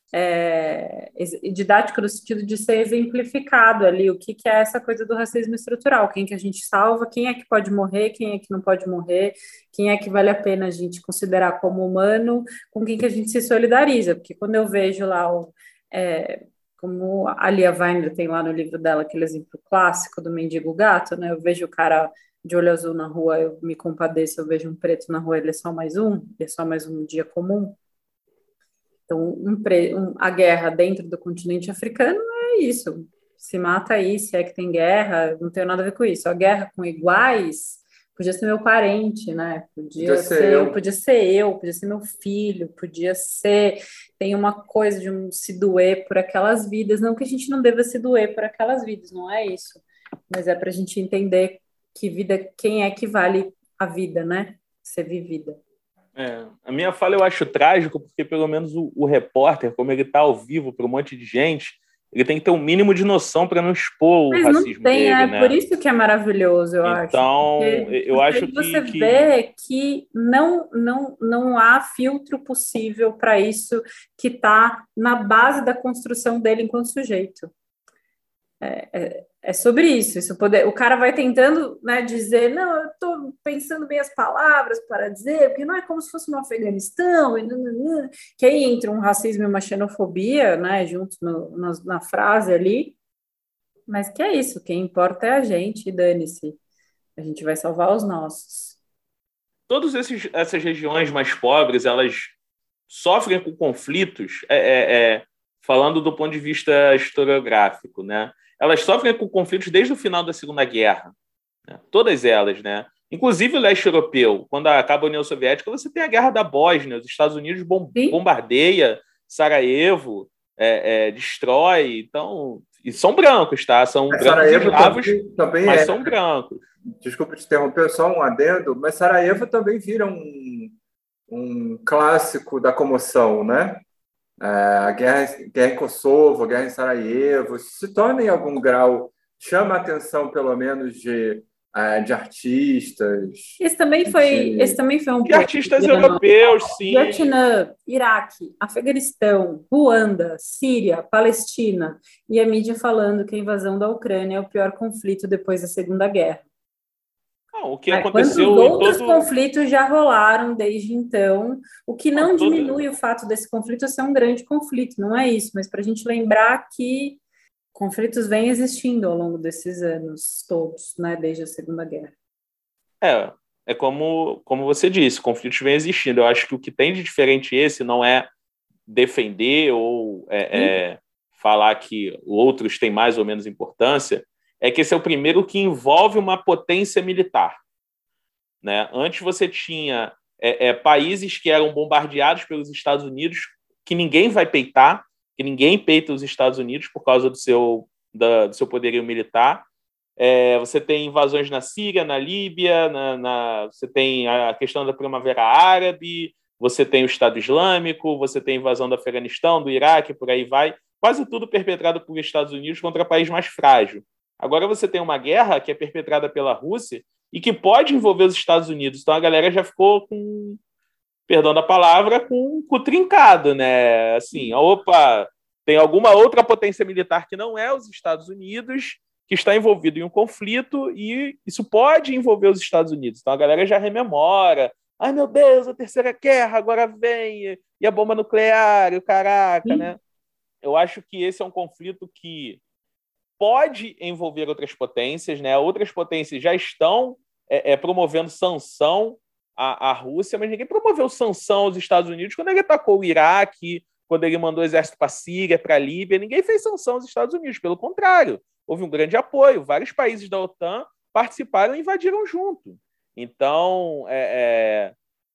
é, didático no sentido de ser exemplificado ali o que, que é essa coisa do racismo estrutural, quem que a gente salva, quem é que pode morrer, quem é que não pode morrer, quem é que vale a pena a gente considerar como humano, com quem que a gente se solidariza, porque quando eu vejo lá o... É, como a Lia Weiner tem lá no livro dela aquele exemplo clássico do mendigo gato, né? Eu vejo o cara de olho azul na rua, eu me compadeço, eu vejo um preto na rua, ele é só mais um, ele é só mais um dia comum. Então, um pre... um, a guerra dentro do continente africano é isso. Se mata aí, se é que tem guerra, não tem nada a ver com isso. A guerra com iguais podia ser meu parente, né? Podia, podia ser, ser eu, podia ser eu, podia ser meu filho, podia ser... Tem uma coisa de um se doer por aquelas vidas, não que a gente não deva se doer por aquelas vidas, não é isso. Mas é para a gente entender que vida, quem é que vale a vida, né? Ser vivida. É, a minha fala eu acho trágico, porque pelo menos o, o repórter, como ele está ao vivo para um monte de gente, ele tem que ter um mínimo de noção para não expor Mas o racismo não tem, dele, é né? por isso que é maravilhoso, eu então, acho. Então, porque, eu porque acho que... você que... vê que não, não, não há filtro possível para isso que está na base da construção dele enquanto sujeito. É, é, é sobre isso, isso poder, o cara vai tentando, né, dizer, não, eu estou pensando bem as palavras para dizer, porque não é como se fosse no Afeganistão, e não, não, não, que aí entra um racismo e uma xenofobia, né, juntos no, na, na frase ali, mas que é isso, quem importa é a gente, dane-se, a gente vai salvar os nossos. Todas esses, essas regiões mais pobres, elas sofrem com conflitos, é, é, é, falando do ponto de vista historiográfico, né? Elas sofrem com conflitos desde o final da Segunda Guerra, né? Todas elas, né? Inclusive o leste europeu, quando acaba a União Soviética, você tem a Guerra da Bósnia, os Estados Unidos bom, bombardeia Sarajevo, é, é, destrói, então, e são brancos, tá? São mas brancos Sarajevo eslavos, também, também mas é. são brancos. Desculpa te interromper, só um adendo, mas Sarajevo também vira um, um clássico da comoção, né? É, a guerra, guerra em Kosovo, a guerra em Sarajevo, se torna em algum grau, chama a atenção pelo menos de, uh, de artistas. Esse também foi, de... esse também foi um de artistas europeus, sim. Vietnã, Iraque, Afeganistão, Ruanda, Síria, Palestina, e a mídia falando que a invasão da Ucrânia é o pior conflito depois da Segunda Guerra. Não, o que Mas aconteceu quantos outros todo... conflitos já rolaram desde então, o que não, não todo... diminui o fato desse conflito ser um grande conflito, não é isso, mas para a gente lembrar que conflitos vêm existindo ao longo desses anos todos, né, desde a Segunda Guerra. É, é como, como você disse, conflitos vêm existindo. Eu acho que o que tem de diferente esse não é defender ou é, é, falar que outros têm mais ou menos importância, é que esse é o primeiro que envolve uma potência militar, né? Antes você tinha é, é, países que eram bombardeados pelos Estados Unidos, que ninguém vai peitar, que ninguém peita os Estados Unidos por causa do seu, da, do seu poderio militar. É, você tem invasões na Síria, na Líbia, na, na, você tem a questão da Primavera Árabe, você tem o Estado Islâmico, você tem a invasão do Afeganistão, do Iraque, por aí vai. Quase tudo perpetrado pelos Estados Unidos contra país mais frágil. Agora você tem uma guerra que é perpetrada pela Rússia e que pode envolver os Estados Unidos. Então a galera já ficou com, perdão da palavra, com o cu trincado, né? Assim, opa, tem alguma outra potência militar que não é os Estados Unidos que está envolvido em um conflito e isso pode envolver os Estados Unidos. Então a galera já rememora. Ai, meu Deus, a terceira guerra agora vem, e a bomba nuclear, e o caraca, Sim. né? Eu acho que esse é um conflito que pode envolver outras potências, né? Outras potências já estão é, é, promovendo sanção à, à Rússia, mas ninguém promoveu sanção aos Estados Unidos quando ele atacou o Iraque, quando ele mandou o exército para a Síria, para a Líbia. Ninguém fez sanção aos Estados Unidos, pelo contrário. Houve um grande apoio. Vários países da OTAN participaram e invadiram junto. Então, é, é...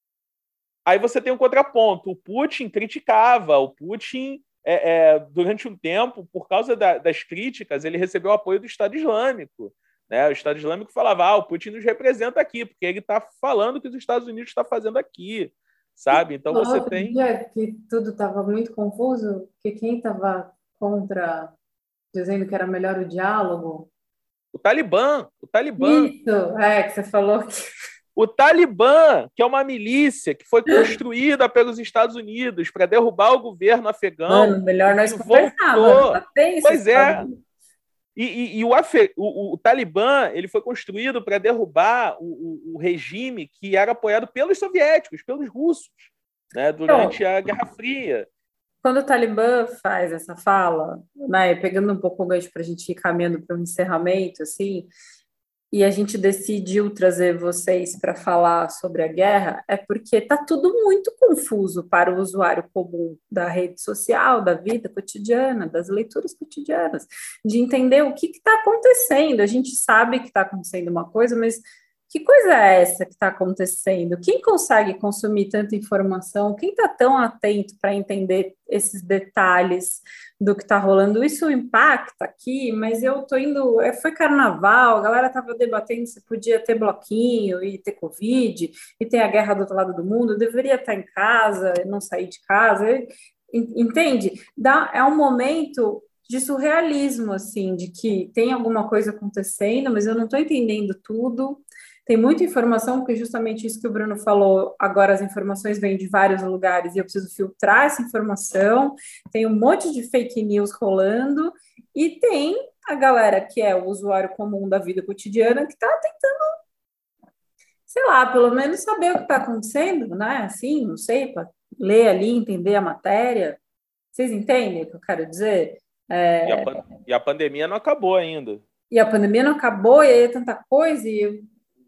aí você tem um contraponto. O Putin criticava, o Putin... É, é, durante um tempo, por causa da, das críticas, ele recebeu o apoio do Estado Islâmico, Né? O Estado Islâmico falava, ah, o Putin nos representa aqui, porque ele está falando o que os Estados Unidos estão fazendo aqui, sabe? Então você Outro tem... dia que tudo estava muito confuso, que quem estava contra, dizendo que era melhor o diálogo. O Talibã, o Talibã. Isso, é, que você falou que... O Talibã, que é uma milícia que foi construída pelos Estados Unidos para derrubar o governo afegão. Mano, melhor nós conversarmos. Pois é. Sabe? E, e, e o, Afe, o, o, o Talibã ele foi construído para derrubar o, o, o regime que era apoiado pelos soviéticos, pelos russos, né, durante então, a Guerra Fria. Quando o Talibã faz essa fala, né, pegando um pouco o gancho para a gente ir caminhando para um encerramento, assim, e a gente decidiu trazer vocês para falar sobre a guerra, é porque está tudo muito confuso para o usuário comum da rede social, da vida cotidiana, das leituras cotidianas, de entender o que está acontecendo. A gente sabe que está acontecendo uma coisa, mas que coisa é essa que está acontecendo? Quem consegue consumir tanta informação? Quem está tão atento para entender esses detalhes do que está rolando? Isso impacta aqui, mas eu estou indo... Foi carnaval, a galera estava debatendo se podia ter bloquinho e ter Covid, e tem a guerra do outro lado do mundo, eu deveria estar em casa, não sair de casa. Entende? Dá, é um momento de surrealismo, assim, de que tem alguma coisa acontecendo, mas eu não estou entendendo tudo. Tem muita informação, porque justamente isso que o Bruno falou, agora as informações vêm de vários lugares e eu preciso filtrar essa informação, tem um monte de fake news rolando, e tem a galera que é o usuário comum da vida cotidiana que está tentando, sei lá, pelo menos saber o que está acontecendo, né? Assim, não sei, para ler ali, entender a matéria. Vocês entendem o que eu quero dizer? É... E, a pan- e a pandemia não acabou ainda. E a pandemia não acabou, e aí é tanta coisa, e eu...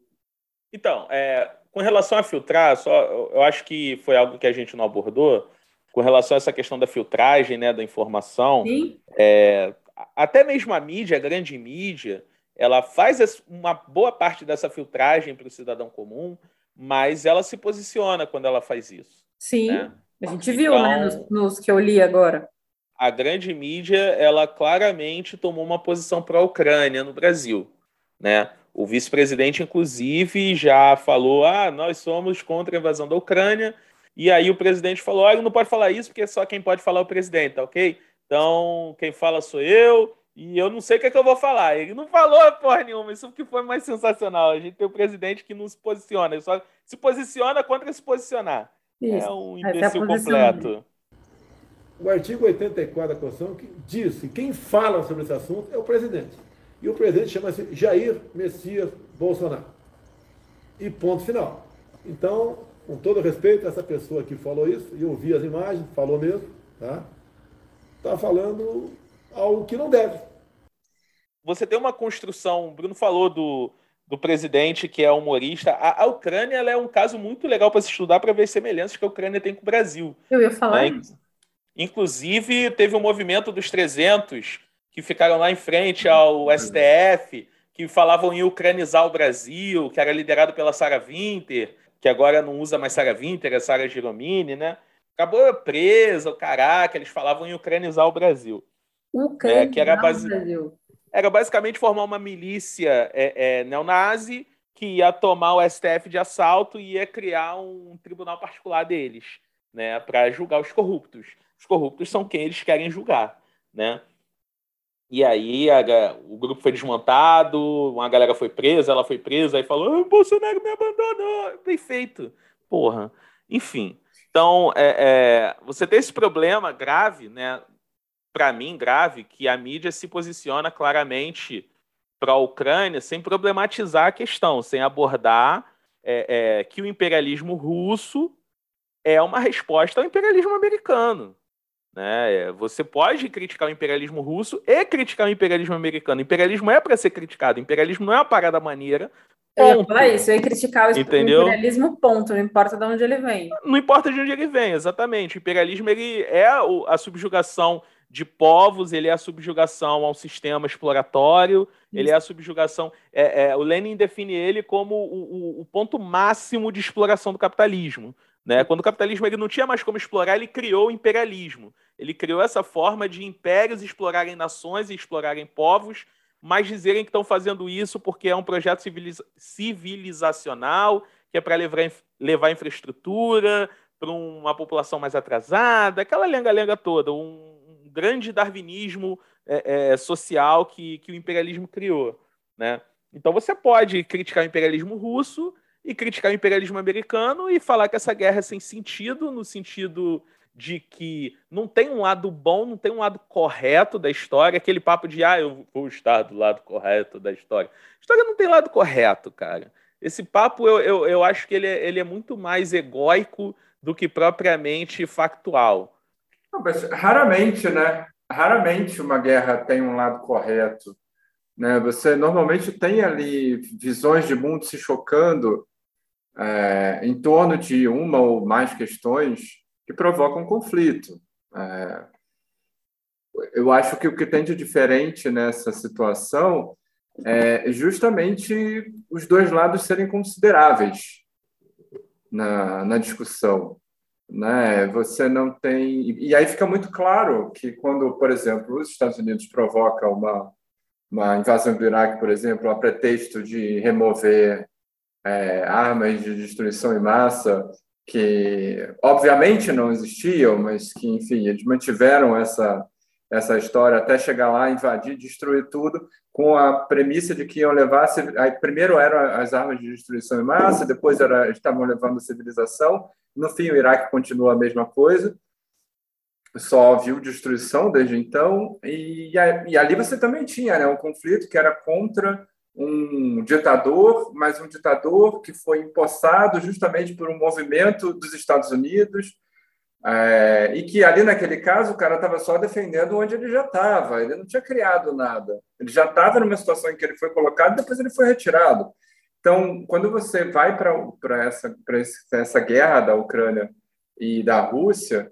Então, é, com relação a filtrar, só, eu, eu acho que foi algo que a gente não abordou, com relação a essa questão da filtragem, né, da informação, é, até mesmo a mídia, a grande mídia, ela faz uma boa parte dessa filtragem para o cidadão comum, mas ela se posiciona quando ela faz isso. Sim, né? A gente viu, então, né, nos, nos que eu li agora. A grande mídia, ela claramente tomou uma posição para a Ucrânia no Brasil, né? O vice-presidente, inclusive, já falou, ah, nós somos contra a invasão da Ucrânia, e aí o presidente falou, ah, ele não pode falar isso porque só quem pode falar é o presidente, tá ok? Então, quem fala sou eu, e eu não sei o que é que eu vou falar. Ele não falou porra nenhuma, isso que foi mais sensacional. A gente tem o presidente que não se posiciona, ele só se posiciona contra se posicionar. Isso. É um imbecil é completo. O artigo oitenta e quatro da Constituição que diz que quem fala sobre esse assunto é o presidente. E o presidente chama-se Jair Messias Bolsonaro. E ponto final. Então, com todo respeito a essa pessoa que falou isso, e eu vi as imagens, falou mesmo, tá? Tá falando algo que não deve. Você tem uma construção, o Bruno falou do, do presidente que é humorista. A, a Ucrânia ela é um caso muito legal para se estudar, para ver as semelhanças que a Ucrânia tem com o Brasil. Eu ia falar né? isso. Inclusive, teve um movimento dos trezentos que ficaram lá em frente ao S T F, que falavam em ucranizar o Brasil, que era liderado pela Sarah Winter, que agora não usa mais Sarah Winter, é Sarah Giromini, né? Acabou presa, o caraca, eles falavam em ucranizar o Brasil. Ucranizar é, que era base... o Brasil. Era basicamente formar uma milícia é, é, neonazi que ia tomar o S T F de assalto e ia criar um tribunal particular deles, né, para julgar os corruptos. Os corruptos são quem eles querem julgar, né? E aí a, o grupo foi desmontado, uma galera foi presa, ela foi presa, aí falou, o Bolsonaro me abandonou. Bem feito. Porra. Enfim. Então, é, é, você tem esse problema grave, né? Para mim, grave, que a mídia se posiciona claramente para a Ucrânia sem problematizar a questão, sem abordar é, é, que o imperialismo russo é uma resposta ao imperialismo americano. Né? Você pode criticar o imperialismo russo e criticar o imperialismo americano. O imperialismo é para ser criticado. O imperialismo não é uma parada maneira. Eu ia falar isso, eu ia criticar o Entendeu? imperialismo, ponto. Não importa de onde ele vem. Não importa de onde ele vem, exatamente. O imperialismo ele é a subjugação de povos, ele é a subjugação ao sistema exploratório, isso. Ele é a subjugação... É, é, o Lenin define ele como o, o, o ponto máximo de exploração do capitalismo. Né? Quando o capitalismo ele não tinha mais como explorar, ele criou o imperialismo. Ele criou essa forma de impérios explorarem nações e explorarem povos, mas dizerem que estão fazendo isso porque é um projeto civiliza- civilizacional, que é para levar, levar infraestrutura para uma população mais atrasada, aquela lenga-lenga toda, um, um grande darwinismo é, é, social que, que o imperialismo criou, né? Então você pode criticar o imperialismo russo e criticar o imperialismo americano e falar que essa guerra é sem sentido, no sentido de que não tem um lado bom, não tem um lado correto da história, aquele papo de, ah, eu vou estar do lado correto da história. A história não tem lado correto, cara. Esse papo, eu, eu, eu acho que ele é, ele é muito mais egóico do que propriamente factual. Não, mas raramente, né? Raramente uma guerra tem um lado correto, né? Você normalmente tem ali visões de mundo se chocando é, em torno de uma ou mais questões que provocam conflito. É, eu acho que o que tem de diferente nessa situação é justamente os dois lados serem consideráveis na, na discussão, né? Você não tem... E aí fica muito claro que quando, por exemplo, os Estados Unidos provocam uma, uma invasão do Iraque, por exemplo, a pretexto de remover é, armas de destruição em massa, que obviamente não existiam, mas que, enfim, eles mantiveram essa, essa história até chegar lá, invadir, destruir tudo, com a premissa de que iam levar... Aí, primeiro eram as armas de destruição em massa, depois era, estavam levando a civilização. No fim, o Iraque continua a mesma coisa, só viu destruição desde então, e, e ali você também tinha, né, um conflito que era contra um ditador, mas um ditador que foi empossado justamente por um movimento dos Estados Unidos, é, e que ali naquele caso o cara estava só defendendo onde ele já estava, ele não tinha criado nada, ele já estava numa situação em que ele foi colocado, depois ele foi retirado. Então, quando você vai para essa, essa guerra da Ucrânia e da Rússia,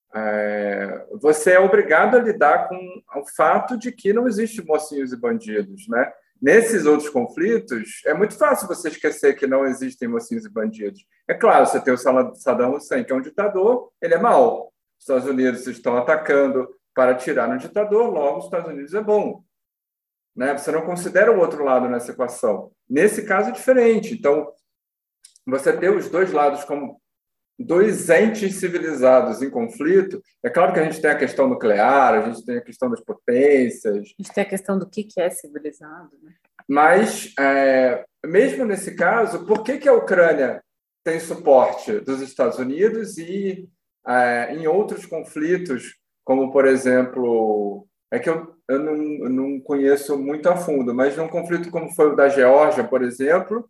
é, você é obrigado a lidar com o fato de que não existe mocinhos e bandidos, né? Nesses outros conflitos, é muito fácil você esquecer que não existem mocinhos e bandidos. É claro, você tem o Saddam Hussein, que é um ditador, ele é mau. Os Estados Unidos estão atacando para tirar no ditador, logo os Estados Unidos é bom. Né? Você não considera o outro lado nessa equação. Nesse caso é diferente. Então, você ter os dois lados como dois entes civilizados em conflito, é claro que a gente tem a questão nuclear, a gente tem a questão das potências. A gente tem a questão do que é civilizado, né? Mas, é, mesmo nesse caso, por que, que a Ucrânia tem suporte dos Estados Unidos e é, em outros conflitos, como, por exemplo, é que eu, eu, não, eu não conheço muito a fundo, mas num conflito como foi o da Geórgia, por exemplo,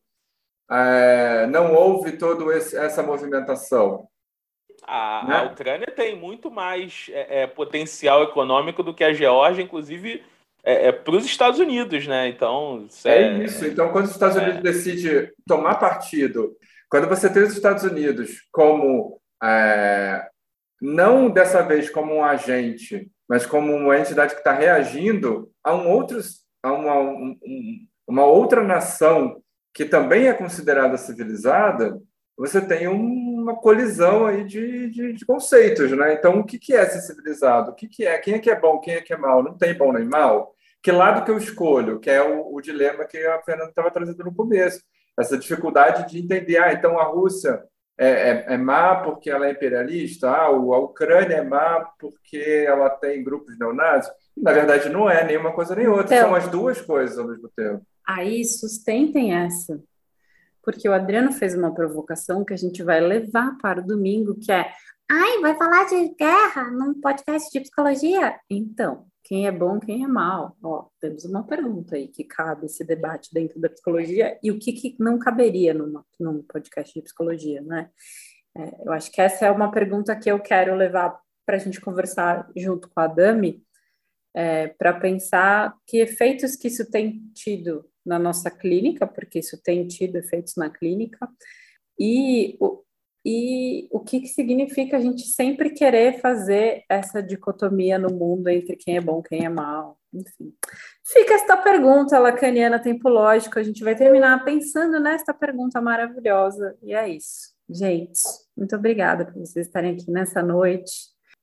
É, não houve toda essa movimentação. A, né? a Ucrânia tem muito mais é, é, potencial econômico do que a Geórgia, inclusive é, é, para os Estados Unidos, né? Então, isso é, é isso. Então, quando os Estados Unidos é... decidem tomar partido, quando você tem os Estados Unidos como, é, não dessa vez como um agente, mas como uma entidade que está reagindo a, um outro, a uma, um, uma outra nação que também é considerada civilizada, você tem uma colisão aí de, de, de conceitos, né? Então, o que, que é ser civilizado? O que, que é? Quem é que é bom? Quem é que é mal? Não tem bom nem mal. Que lado que eu escolho? Que é o, o dilema que a Fernanda estava trazendo no começo. Essa dificuldade de entender, ah, então a Rússia é, é, é má porque ela é imperialista, ah, a Ucrânia é má porque ela tem grupos neonazis. Na verdade, não é nenhuma coisa nem outra. Então, são as duas coisas ao mesmo tempo. Aí sustentem essa, porque o Adriano fez uma provocação que a gente vai levar para o domingo, que é, ai, vai falar de guerra num podcast de psicologia? Então, quem é bom, quem é mal? Ó, temos uma pergunta aí que cabe esse debate dentro da psicologia e o que, que não caberia numa, num podcast de psicologia, né? É, eu acho que essa é uma pergunta que eu quero levar para a gente conversar junto com a Dami, é, para pensar que efeitos que isso tem tido na nossa clínica, porque isso tem tido efeitos na clínica, e o, e o que, que significa a gente sempre querer fazer essa dicotomia no mundo entre quem é bom, quem é mal, enfim. Fica esta pergunta lacaniana tempo lógico, a gente vai terminar pensando nesta pergunta maravilhosa, e é isso. Gente, muito obrigada por vocês estarem aqui nessa noite.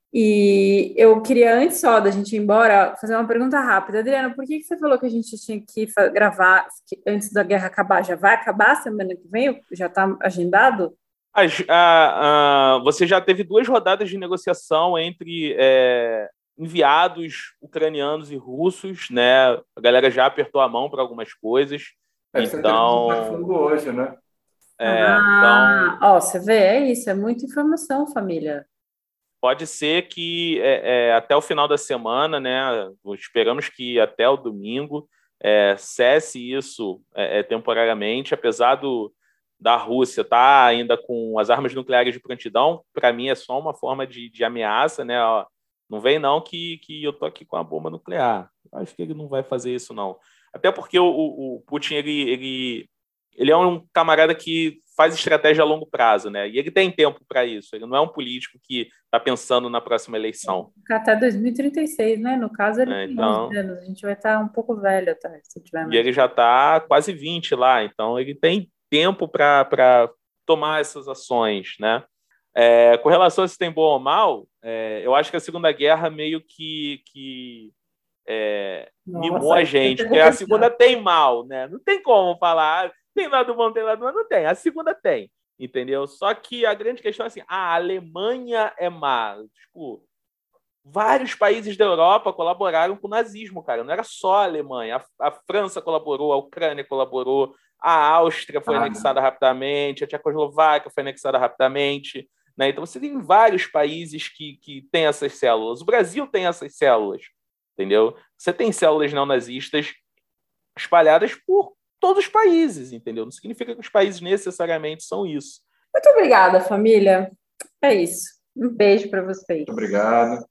E eu queria, antes só da gente ir embora, fazer uma pergunta rápida. Adriana, por que que você falou que a gente tinha que gravar que antes da guerra acabar? Já vai acabar semana que vem? Já está agendado? As, a, a, você já teve duas rodadas de negociação entre é, enviados ucranianos e russos, né? A galera já apertou a mão para algumas coisas. É, então, você teve um hoje, né? É, ah, então, ó, você vê, é isso, é muita informação, família. pode ser que é, é, até o final da semana, né? Esperamos que até o domingo é, cesse isso é, temporariamente, apesar do, da Rússia estar tá ainda com as armas nucleares de prontidão. Para mim é só uma forma de, de ameaça, né? Ó, não vem não que, que eu tô aqui com a bomba nuclear. Acho que ele não vai fazer isso não. Até porque o, o, o Putin ele, ele, ele é um camarada que faz estratégia a longo prazo, né? E ele tem tempo para isso. Ele não é um político que está pensando na próxima eleição. Até dois mil e trinta e seis, né? No caso, ele é, tem então, onze anos. A gente vai estar um pouco velho, tá? Se tiver mais. E ele já está quase vinte lá. Então, ele tem tempo para tomar essas ações, né? É, com relação a se tem bom ou mal, é, eu acho que a Segunda Guerra meio que, que é, Nossa, mimou a gente, porque a Segunda tem mal, né? Não tem como falar, tem lado bom, tem lado bom, não tem. A Segunda tem, entendeu? Só que a grande questão é assim, a Alemanha é má. Tipo, vários países da Europa colaboraram com o nazismo, cara. Não era só a Alemanha. A, a França colaborou, a Ucrânia colaborou, a Áustria foi ah, anexada rapidamente, a Tchecoslováquia foi anexada rapidamente. Né? Então, você tem vários países que, que têm essas células. O Brasil tem essas células, entendeu? Você tem células neonazistas espalhadas por todos os países, entendeu? Não significa que os países necessariamente são isso. Muito obrigada, família. É isso. Um beijo para vocês. Muito obrigado.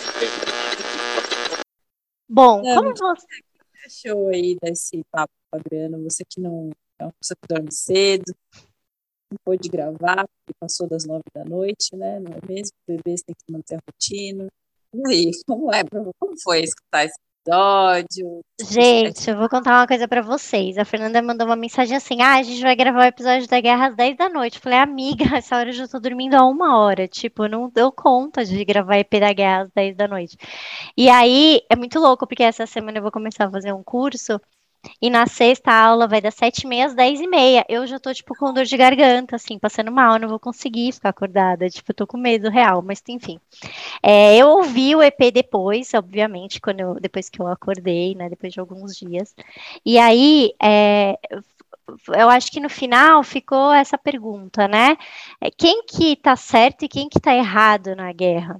Bom, Não, como você achou aí desse papo, Adriana? Você que não é uma pessoa que dorme cedo, não pôde gravar, porque passou das nove da noite, né? Não é mesmo? O bebês tem que manter a rotina. E aí, como é? Como foi escutar esse episódio? Gente, eu vou contar uma coisa pra vocês. A Fernanda mandou uma mensagem assim: ah, a gente vai gravar o episódio da Guerra às dez da noite. Eu falei, amiga, essa hora eu já tô dormindo há uma hora. Tipo, não deu conta de gravar E P da Guerra às dez da noite. E aí, é muito louco, porque essa semana eu vou começar a fazer um curso. E na sexta a aula vai das sete e meia às dez e meia. Eu já tô, tipo, com dor de garganta, assim, passando mal. Eu não vou conseguir ficar acordada. Tipo, eu tô com medo real, mas enfim. É, eu ouvi o E P depois, obviamente, quando eu, depois que eu acordei, né? Depois de alguns dias. E aí, é, eu acho que no final ficou essa pergunta, né? Quem que tá certo e quem que tá errado na guerra?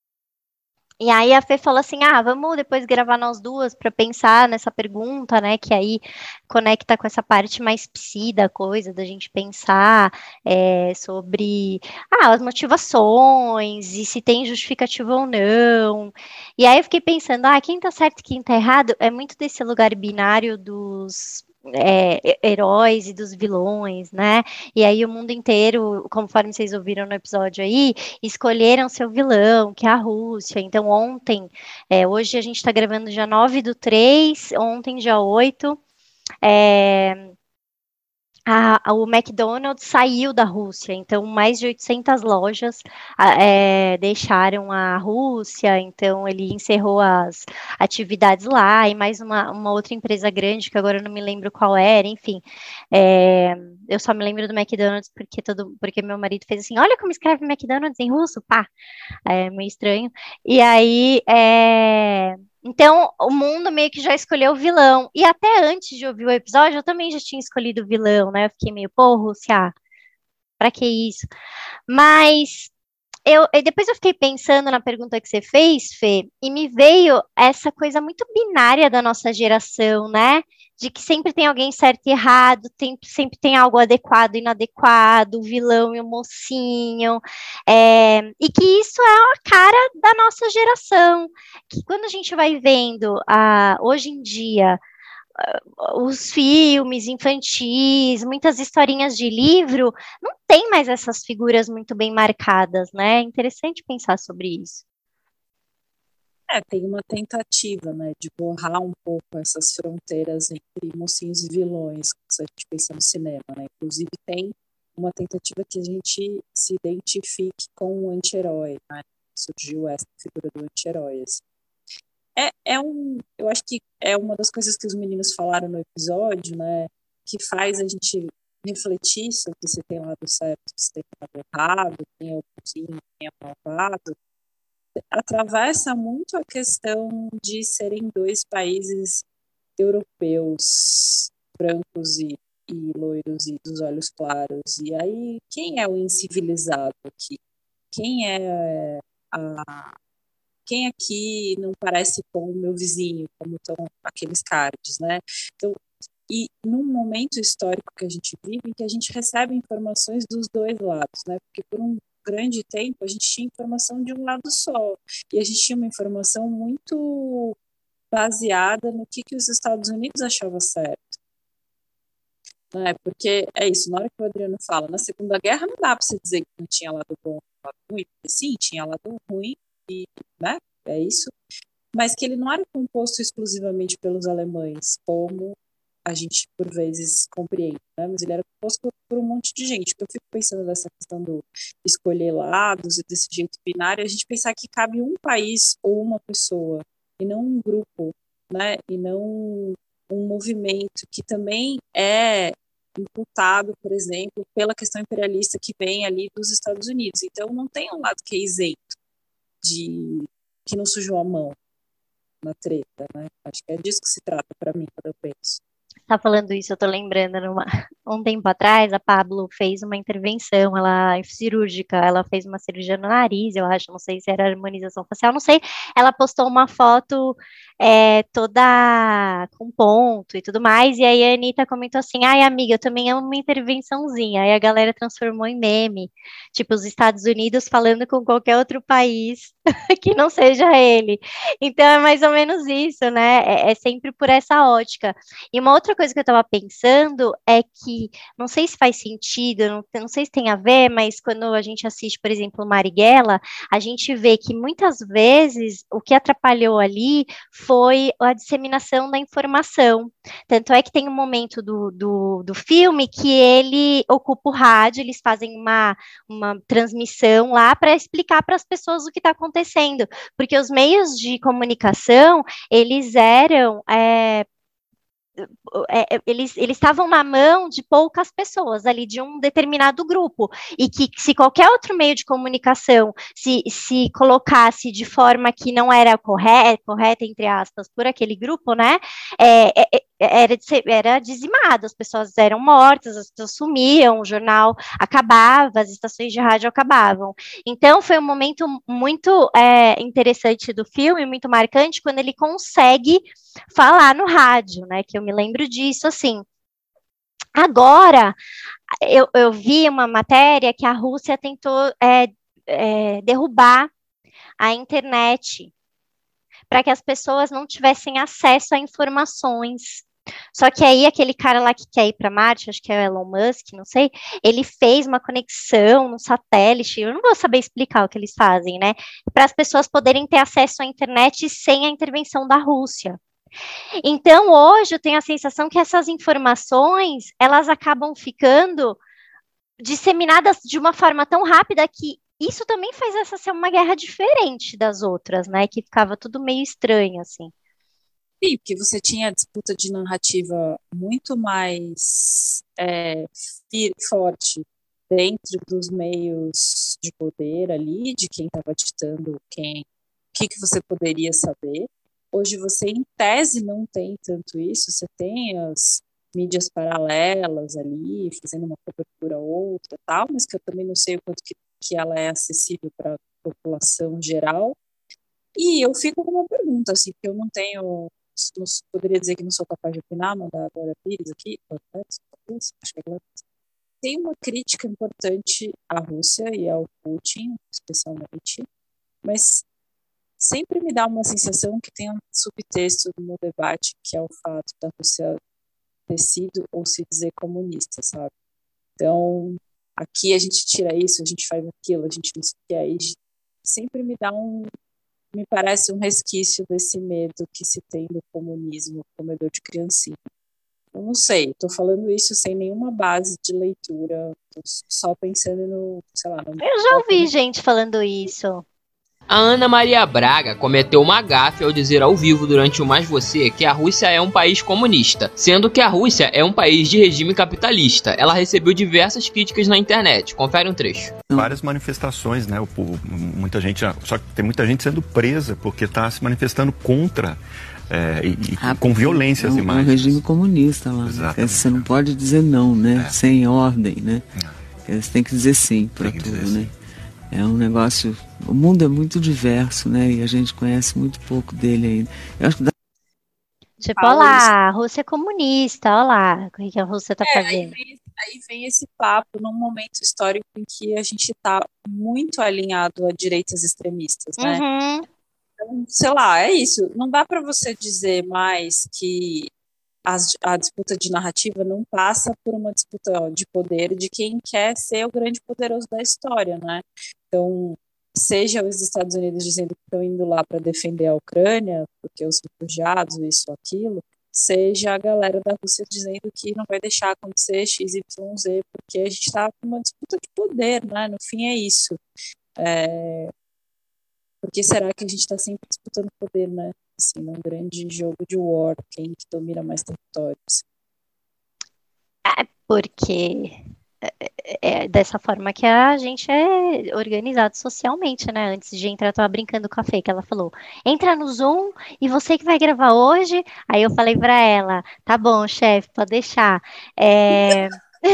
E aí a Fê falou assim, ah, vamos depois gravar nós duas para pensar nessa pergunta, né, que aí conecta com essa parte mais psi da coisa, da gente pensar é, sobre ah, as motivações e se tem justificativa ou não. E aí eu fiquei pensando, ah, quem tá certo e quem tá errado é muito desse lugar binário dos É, heróis e dos vilões, né? E aí o mundo inteiro, conforme vocês ouviram no episódio aí, escolheram seu vilão, que é a Rússia. Então ontem, é, hoje a gente está gravando dia nove do três, ontem dia oito, é, A, a, o McDonald's saiu da Rússia, então mais de oitocentas lojas é, deixaram a Rússia, então ele encerrou as atividades lá, e mais uma, uma outra empresa grande, que agora eu não me lembro qual era, enfim, é, eu só me lembro do McDonald's porque, todo, porque meu marido fez assim, olha como escreve McDonald's em russo, pá, é meio estranho, e aí, é... Então, o mundo meio que já escolheu o vilão. E até antes de ouvir o episódio, eu também já tinha escolhido o vilão, né? Eu fiquei meio, pô, Rússia, pra que isso? Mas eu, e depois eu fiquei pensando na pergunta que você fez, Fê, e me veio essa coisa muito binária da nossa geração, né? De que sempre tem alguém certo e errado, tem, sempre tem algo adequado e inadequado, o vilão e o mocinho, é, e que isso é a cara da nossa geração, que quando a gente vai vendo, ah, hoje em dia, os filmes infantis, muitas historinhas de livro, não tem mais essas figuras muito bem marcadas, né? É interessante pensar sobre isso. É, tem uma tentativa, né, de borrar um pouco essas fronteiras entre mocinhos e vilões, se a gente pensa no cinema, né? Inclusive tem uma tentativa que a gente se identifique com o anti-herói, né? surgiu essa figura do anti-herói. Assim. É, é um, eu acho que é uma das coisas que os meninos falaram no episódio, né, que faz a gente refletir sobre se tem lado certo, se tem lado errado, quem é o bonzinho, quem é o malvado, atravessa muito a questão de serem dois países europeus, brancos e, e loiros e dos olhos claros. E aí, quem é o incivilizado aqui? Quem é a... Quem aqui não parece com o meu vizinho, como estão aqueles cards, né? Então, e num momento histórico que a gente vive, em que a gente recebe informações dos dois lados, né? Porque por um grande tempo a gente tinha informação de um lado só, e a gente tinha uma informação muito baseada no que, que os Estados Unidos achavam certo. Né? Porque é isso, na hora que o Adriano fala, na Segunda Guerra não dá para você dizer que não tinha lado bom e lado ruim, porque sim, tinha lado ruim, e, né? É isso, mas que ele não era composto exclusivamente pelos alemães, como a gente por vezes compreende, né? Mas ele era composto por, por um monte de gente. Eu fico pensando nessa questão do escolher lados e desse jeito binário, a gente pensar que cabe um país ou uma pessoa, e não um grupo, né? E não um movimento que também é imputado, por exemplo, pela questão imperialista que vem ali dos Estados Unidos. Então não tem um lado que é isento, de que não sujou a mão na treta, né? Acho que é disso que se trata para mim quando eu penso. Tá falando isso, eu tô lembrando, numa, um tempo atrás, a Pablo fez uma intervenção, ela é cirúrgica, ela fez uma cirurgia no nariz, eu acho, não sei se era harmonização facial, não sei, ela postou uma foto é, toda com ponto e tudo mais, e aí a Anitta comentou assim, ai amiga, eu também amo uma intervençãozinha, aí a galera transformou em meme, tipo os Estados Unidos falando com qualquer outro país que não seja ele, então é mais ou menos isso, né, é, é sempre por essa ótica. E uma outra coisa que eu estava pensando é que, não sei se faz sentido, não, não sei se tem a ver, mas quando a gente assiste, por exemplo, Marighella, a gente vê que muitas vezes o que atrapalhou ali foi a disseminação da informação. Tanto é que tem um momento do, do, do filme que ele ocupa o rádio, eles fazem uma, uma transmissão lá para explicar para as pessoas o que está acontecendo, porque os meios de comunicação, eles eram... É, É, eles eles estavam na mão de poucas pessoas ali, de um determinado grupo, e que se qualquer outro meio de comunicação se, se colocasse de forma que não era correta, correta, entre aspas, por aquele grupo, né, é, é, era, era dizimado, as pessoas eram mortas, as pessoas sumiam, o jornal acabava, as estações de rádio acabavam. Então foi um momento muito é, interessante do filme, muito marcante, quando ele consegue falar no rádio, né, que eu me lembro disso, assim. Agora, eu, eu vi uma matéria que a Rússia tentou é, é, derrubar a internet para que as pessoas não tivessem acesso a informações. Só que aí aquele cara lá que quer ir para Marte, acho que é o Elon Musk, não sei, ele fez uma conexão no satélite, eu não vou saber explicar o que eles fazem, né? Para as pessoas poderem ter acesso à internet sem a intervenção da Rússia. Então, hoje eu tenho a sensação que essas informações, elas acabam ficando disseminadas de uma forma tão rápida que isso também faz essa ser uma guerra diferente das outras, né? Que ficava tudo meio estranho, assim. Sim, porque você tinha a disputa de narrativa muito mais é, forte dentro dos meios de poder ali, de quem estava ditando quem, o que, que você poderia saber. Hoje você, em tese, não tem tanto isso, você tem as mídias paralelas ali, fazendo uma cobertura outra tal, mas que eu também não sei o quanto que, que ela é acessível para a população geral. E eu fico com uma pergunta, assim, que eu não tenho, não, poderia dizer que não sou capaz de opinar, mandar a Glória Pires aqui, acho que é Glória Pires. Tem uma crítica importante à Rússia e ao Putin, especialmente, mas sempre me dá uma sensação que tem um subtexto no debate, que é o fato da Rússia ter sido ou se dizer comunista, sabe? Então, aqui a gente tira isso, a gente faz aquilo, a gente não sei o que, aí sempre me dá um, me parece um resquício desse medo que se tem do comunismo, comedor de criancinha. Eu não sei, estou falando isso sem nenhuma base de leitura, só pensando no, sei lá... No... Eu já ouvi gente falando isso. A Ana Maria Braga cometeu uma gafe ao dizer ao vivo durante o Mais Você que a Rússia é um país comunista, sendo que a Rússia é um país de regime capitalista. Ela recebeu diversas críticas na internet. Confere um trecho. Várias manifestações, né? O, o, muita gente, só que tem muita gente sendo presa porque está se manifestando contra é, e, e ah, com violência as imagens. É um regime comunista lá. Né? Você não pode dizer não, né? É. Sem ordem, né? É. Você tem que dizer sim para tudo, né? É um negócio... O mundo é muito diverso, né? E a gente conhece muito pouco dele ainda. Eu acho que dá... Tipo, olha lá, a Rússia é comunista, olha lá o que a Rússia está é, fazendo. Aí vem, aí vem esse papo num momento histórico em que a gente está muito alinhado a direitas extremistas, né? Uhum. Então, sei lá, é isso. Não dá para você dizer mais que as, a disputa de narrativa não passa por uma disputa ó, de poder de quem quer ser o grande poderoso da história, né? Então, seja os Estados Unidos dizendo que estão indo lá para defender a Ucrânia, porque os refugiados, isso ou aquilo, seja a galera da Rússia dizendo que não vai deixar acontecer X Y Z, porque a gente está com uma disputa de poder, né? No fim é isso. É... Por que será que a gente está sempre disputando poder, né? Assim, num grande jogo de war, quem que domina mais territórios? É porque... É dessa forma que a gente é organizado socialmente, né? Antes de entrar, eu tava brincando com a Fê, que ela falou, entra no Zoom e você que vai gravar hoje? Aí eu falei pra ela, tá bom, chefe, pode deixar. É...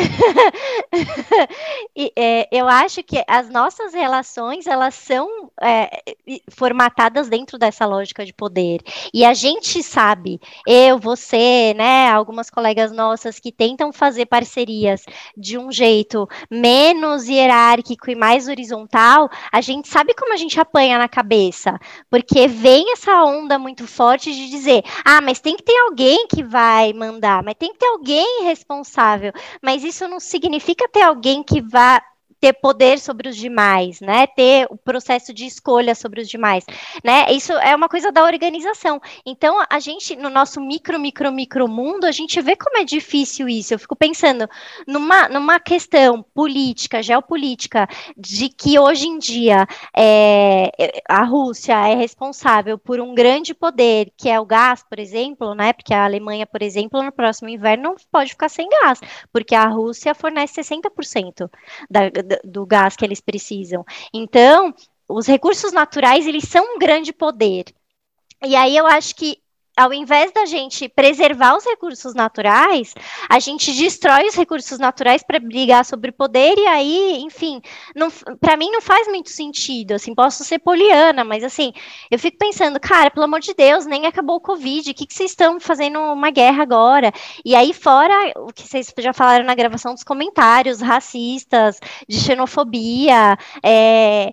e, é, eu acho que as nossas relações, elas são é, formatadas dentro dessa lógica de poder. E a gente sabe, eu, você, né, algumas colegas nossas que tentam fazer parcerias de um jeito menos hierárquico e mais horizontal, a gente sabe como a gente apanha na cabeça, porque vem essa onda muito forte de dizer, ah, mas tem que ter alguém que vai mandar, mas tem que ter alguém responsável, mas isso não significa ter alguém que vá ter poder sobre os demais, né? Ter o processo de escolha sobre os demais, né? Isso é uma coisa da organização. Então, a gente, no nosso micro, micro, micro mundo, a gente vê como é difícil isso. Eu fico pensando numa, numa questão política, geopolítica, de que hoje em dia é, a Rússia é responsável por um grande poder, que é o gás, por exemplo, né? Porque a Alemanha, por exemplo, no próximo inverno não pode ficar sem gás, porque a Rússia fornece sessenta por cento da do gás que eles precisam. Então, os recursos naturais, eles são um grande poder. E aí eu acho que, ao invés da gente preservar os recursos naturais, a gente destrói os recursos naturais para brigar sobre poder, e aí, enfim, para mim não faz muito sentido, assim, posso ser poliana, mas assim, eu fico pensando, cara, pelo amor de Deus, nem acabou o Covid, o que, que vocês estão fazendo uma guerra agora? E aí, fora o que vocês já falaram na gravação dos comentários racistas, de xenofobia, é...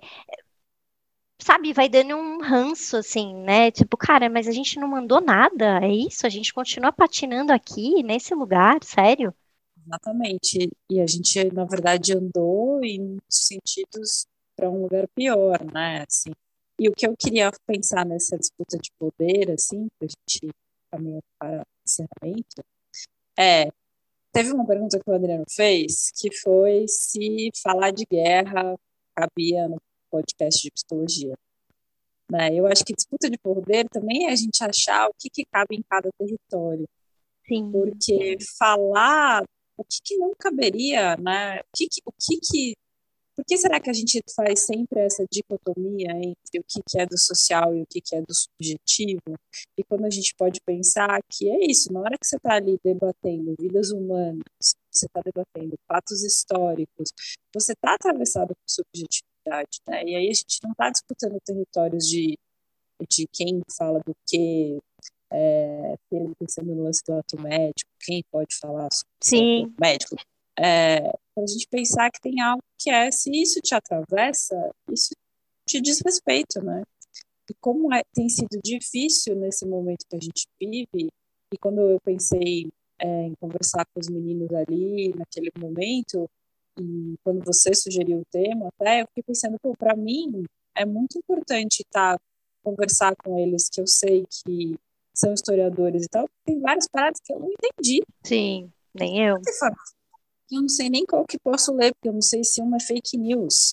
sabe, vai dando um ranço, assim, né? Tipo, cara, mas a gente não mandou nada, é isso? A gente continua patinando aqui, nesse lugar, sério? Exatamente. E a gente, na verdade, andou em muitos sentidos para um lugar pior, né? Assim. E o que eu queria pensar nessa disputa de poder, assim, para a gente caminhar para o encerramento, é, teve uma pergunta que o Adriano fez, que foi se falar de guerra cabia no podcast de psicologia. Né? Eu acho que disputa de poder também é a gente achar o que, que cabe em cada território. Sim. Porque falar o que, que não caberia, né? O que, que, o que, que por que será que a gente faz sempre essa dicotomia entre o que, que é do social e o que, que é do subjetivo? E quando a gente pode pensar que é isso, na hora que você está ali debatendo vidas humanas, você está debatendo fatos históricos, você está atravessado por subjetividade, né? E aí a gente não está disputando territórios de, de quem fala do quê, é, pensando no lance do ato médico, quem pode falar sobre o médico. É, para a gente pensar que tem algo que é, se isso te atravessa, isso te diz respeito, né? E como é, tem sido difícil nesse momento que a gente vive, e quando eu pensei é, em conversar com os meninos ali, naquele momento, e quando você sugeriu o tema, até eu fiquei pensando, pô, para mim é muito importante tá, conversar com eles, que eu sei que são historiadores e tal, tem várias paradas que eu não entendi. Sim, nem eu. Eu não sei nem qual que posso ler, porque eu não sei se uma é fake news.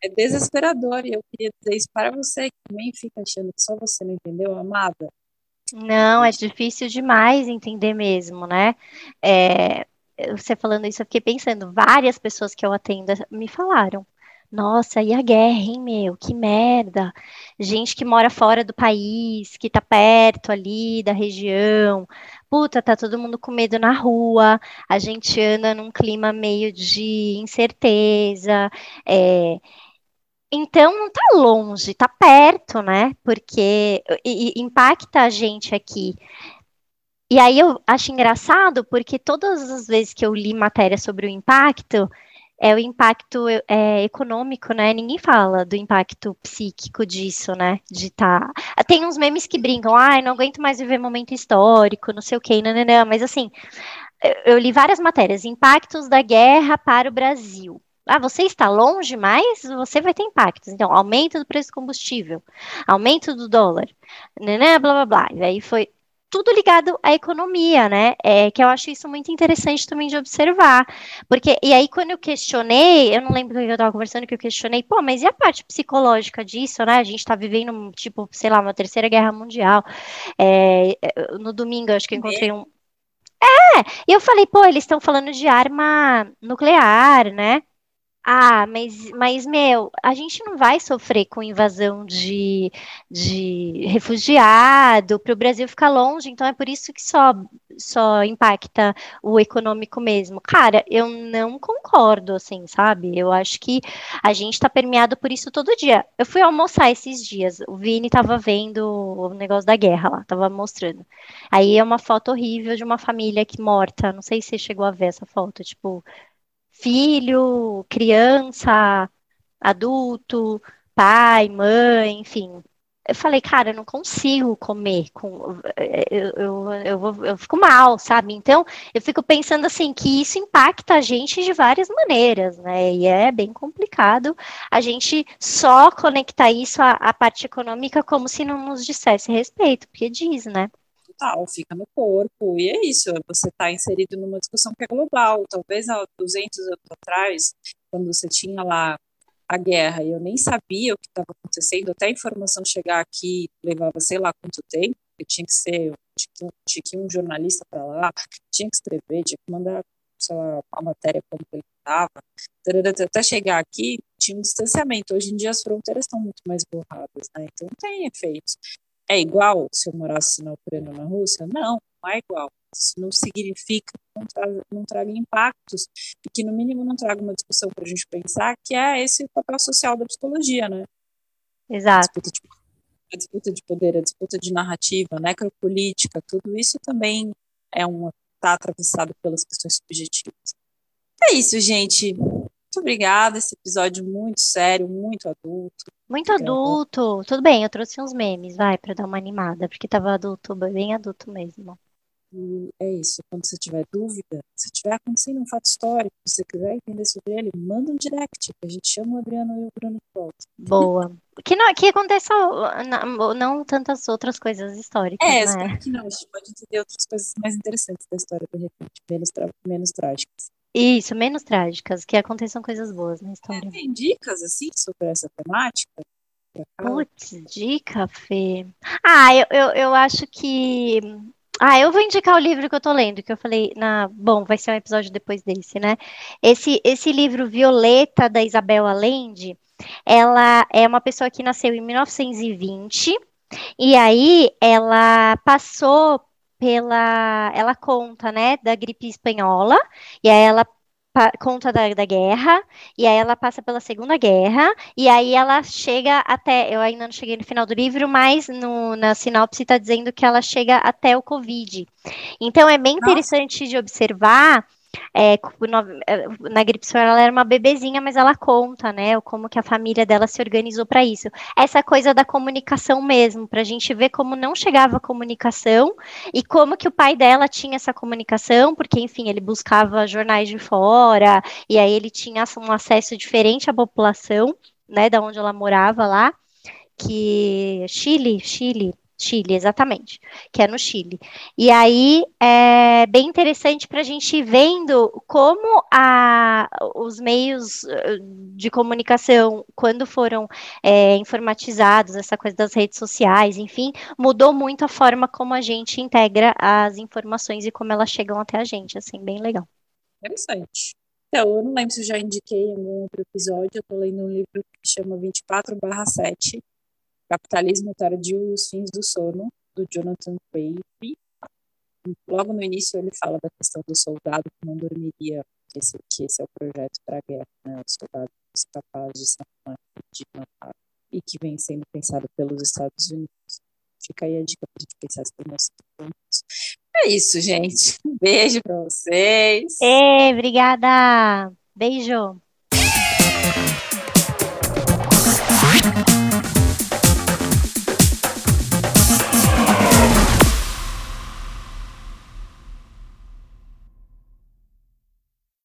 É desesperador, e eu queria dizer isso para você, que também fica achando que só você não entendeu, amada. Não, é difícil demais entender mesmo, né? É, você falando isso, eu fiquei pensando, várias pessoas que eu atendo me falaram. Nossa, e a guerra, hein, meu? Que merda. Gente que mora fora do país, que tá perto ali da região. Puta, tá todo mundo com medo na rua. A gente anda num clima meio de incerteza. É, então não tá longe, tá perto, né? Porque e- e impacta a gente aqui. E aí eu acho engraçado porque todas as vezes que eu li matéria sobre o impacto, é o impacto é, econômico, né? Ninguém fala do impacto psíquico disso, né? De tá. Tem uns memes que brincam, ai, não aguento mais viver momento histórico, não sei o quê, não, não, não. Mas assim, eu, eu li várias matérias, impactos da guerra para o Brasil. Ah, você está longe, mas você vai ter impactos. Então, aumento do preço do combustível, aumento do dólar, né, né, blá blá blá. E aí foi tudo ligado à economia, né? É, que eu acho isso muito interessante também de observar. Porque, e aí, quando eu questionei, eu não lembro do que eu estava conversando, que eu questionei, pô, mas e a parte psicológica disso, né? A gente está vivendo, tipo, sei lá, uma terceira guerra mundial. É, no domingo, eu acho que eu encontrei um. E eu falei, pô, eles estão falando de arma nuclear, né? Ah, mas, mas, meu, a gente não vai sofrer com invasão de, de refugiado para o Brasil ficar longe, então é por isso que só, só impacta o econômico mesmo. Cara, eu não concordo, assim, sabe? Eu acho que a gente está permeado por isso todo dia. Eu fui almoçar esses dias, o Vini estava vendo o negócio da guerra lá, estava mostrando. Aí é uma foto horrível de uma família que morta, não sei se você chegou a ver essa foto, tipo filho, criança, adulto, pai, mãe, enfim. Eu falei, cara, eu não consigo comer com eu, eu, eu, vou- eu fico mal, sabe? Então, eu fico pensando assim que isso impacta a gente de várias maneiras, né? E é bem complicado a gente só conectar isso à, à parte econômica como se não nos dissesse respeito, porque diz, né? Total, fica no corpo, e é isso, você está inserido numa discussão que é global. Talvez há duzentos anos atrás, quando você tinha lá a guerra e eu nem sabia o que estava acontecendo, até a informação chegar aqui levava sei lá quanto tempo, porque tinha que ser, tinha que, tinha que ir um jornalista para lá, tinha que escrever, tinha que mandar, sei lá, a matéria como que ele estava, até chegar aqui tinha um distanciamento. Hoje em dia as fronteiras estão muito mais borradas, né? Então tem efeitos. É igual se eu morasse na Ucrânia ou na Rússia? Não, não é igual. Isso não significa que não traga, não traga impactos e que, no mínimo, não traga uma discussão para a gente pensar, que é esse o papel social da psicologia, né? A Exato. disputa de, a disputa de poder, a disputa de narrativa, a necropolítica, tudo isso também é uma está atravessado pelas questões subjetivas. É isso, gente. Muito obrigada. Esse episódio muito sério, muito adulto. Muito Gravou. adulto. Tudo bem, eu trouxe uns memes, vai, pra dar uma animada, porque tava adulto, bem adulto mesmo. E é isso. Quando você tiver dúvida, se tiver acontecendo um fato histórico, se você quiser entender sobre ele, manda um direct, que a gente chama o Adriano e o Bruno de volta. Boa. Que não, que aconteça não, não tantas outras coisas históricas, É, né? espero que não. A gente pode entender outras coisas mais interessantes da história, de repente, menos, tra- menos trágicas. Isso, menos trágicas, que aconteçam coisas boas na história. Tem dicas, assim, sobre essa temática? Pra cá? Putz, dica, Fê. Ah, eu, eu, eu acho que. Ah, eu vou indicar o livro que eu tô lendo, que eu falei na. Bom, vai ser um episódio depois desse, né? Esse, esse livro Violeta, da Isabel Allende, ela é uma pessoa que nasceu em mil novecentos e vinte, e aí ela passou pela. Ela conta, né, da gripe espanhola, e aí ela pa- conta da, da guerra, e aí ela passa pela Segunda Guerra, e aí ela chega até. Eu ainda não cheguei no final do livro, mas no- na sinopse está dizendo que ela chega até o Covid. Então é bem Nossa. interessante de observar. É, no- é, na gripe espanhola ela era uma bebezinha, mas ela conta, né, como que a família dela se organizou para isso. Essa coisa da comunicação mesmo, para a gente ver como não chegava a comunicação e como que o pai dela tinha essa comunicação, porque, enfim, ele buscava jornais de fora, e aí ele tinha um acesso diferente à população, né, da onde ela morava lá, que Chile, Chile, Chile, exatamente, que é no Chile. E aí é bem interessante para a gente ir vendo como a, os meios de comunicação, quando foram é, informatizados, essa coisa das redes sociais, enfim, mudou muito a forma como a gente integra as informações e como elas chegam até a gente, assim, bem legal. Interessante. Então, eu não lembro se eu já indiquei em algum outro episódio, eu estou lendo um livro que chama vinte e quatro barra sete, Capitalismo Tardio e os Fins do Sono, do Jonathan Crave. Logo no início ele fala da questão do soldado que não dormiria, que esse, que esse é o projeto para a guerra, né? O soldado capaz de se matar e que vem sendo pensado pelos Estados Unidos. Fica aí a dica para a gente pensar sobre nossos pontos. É isso, gente. Um beijo para vocês. Ei, obrigada. Beijo.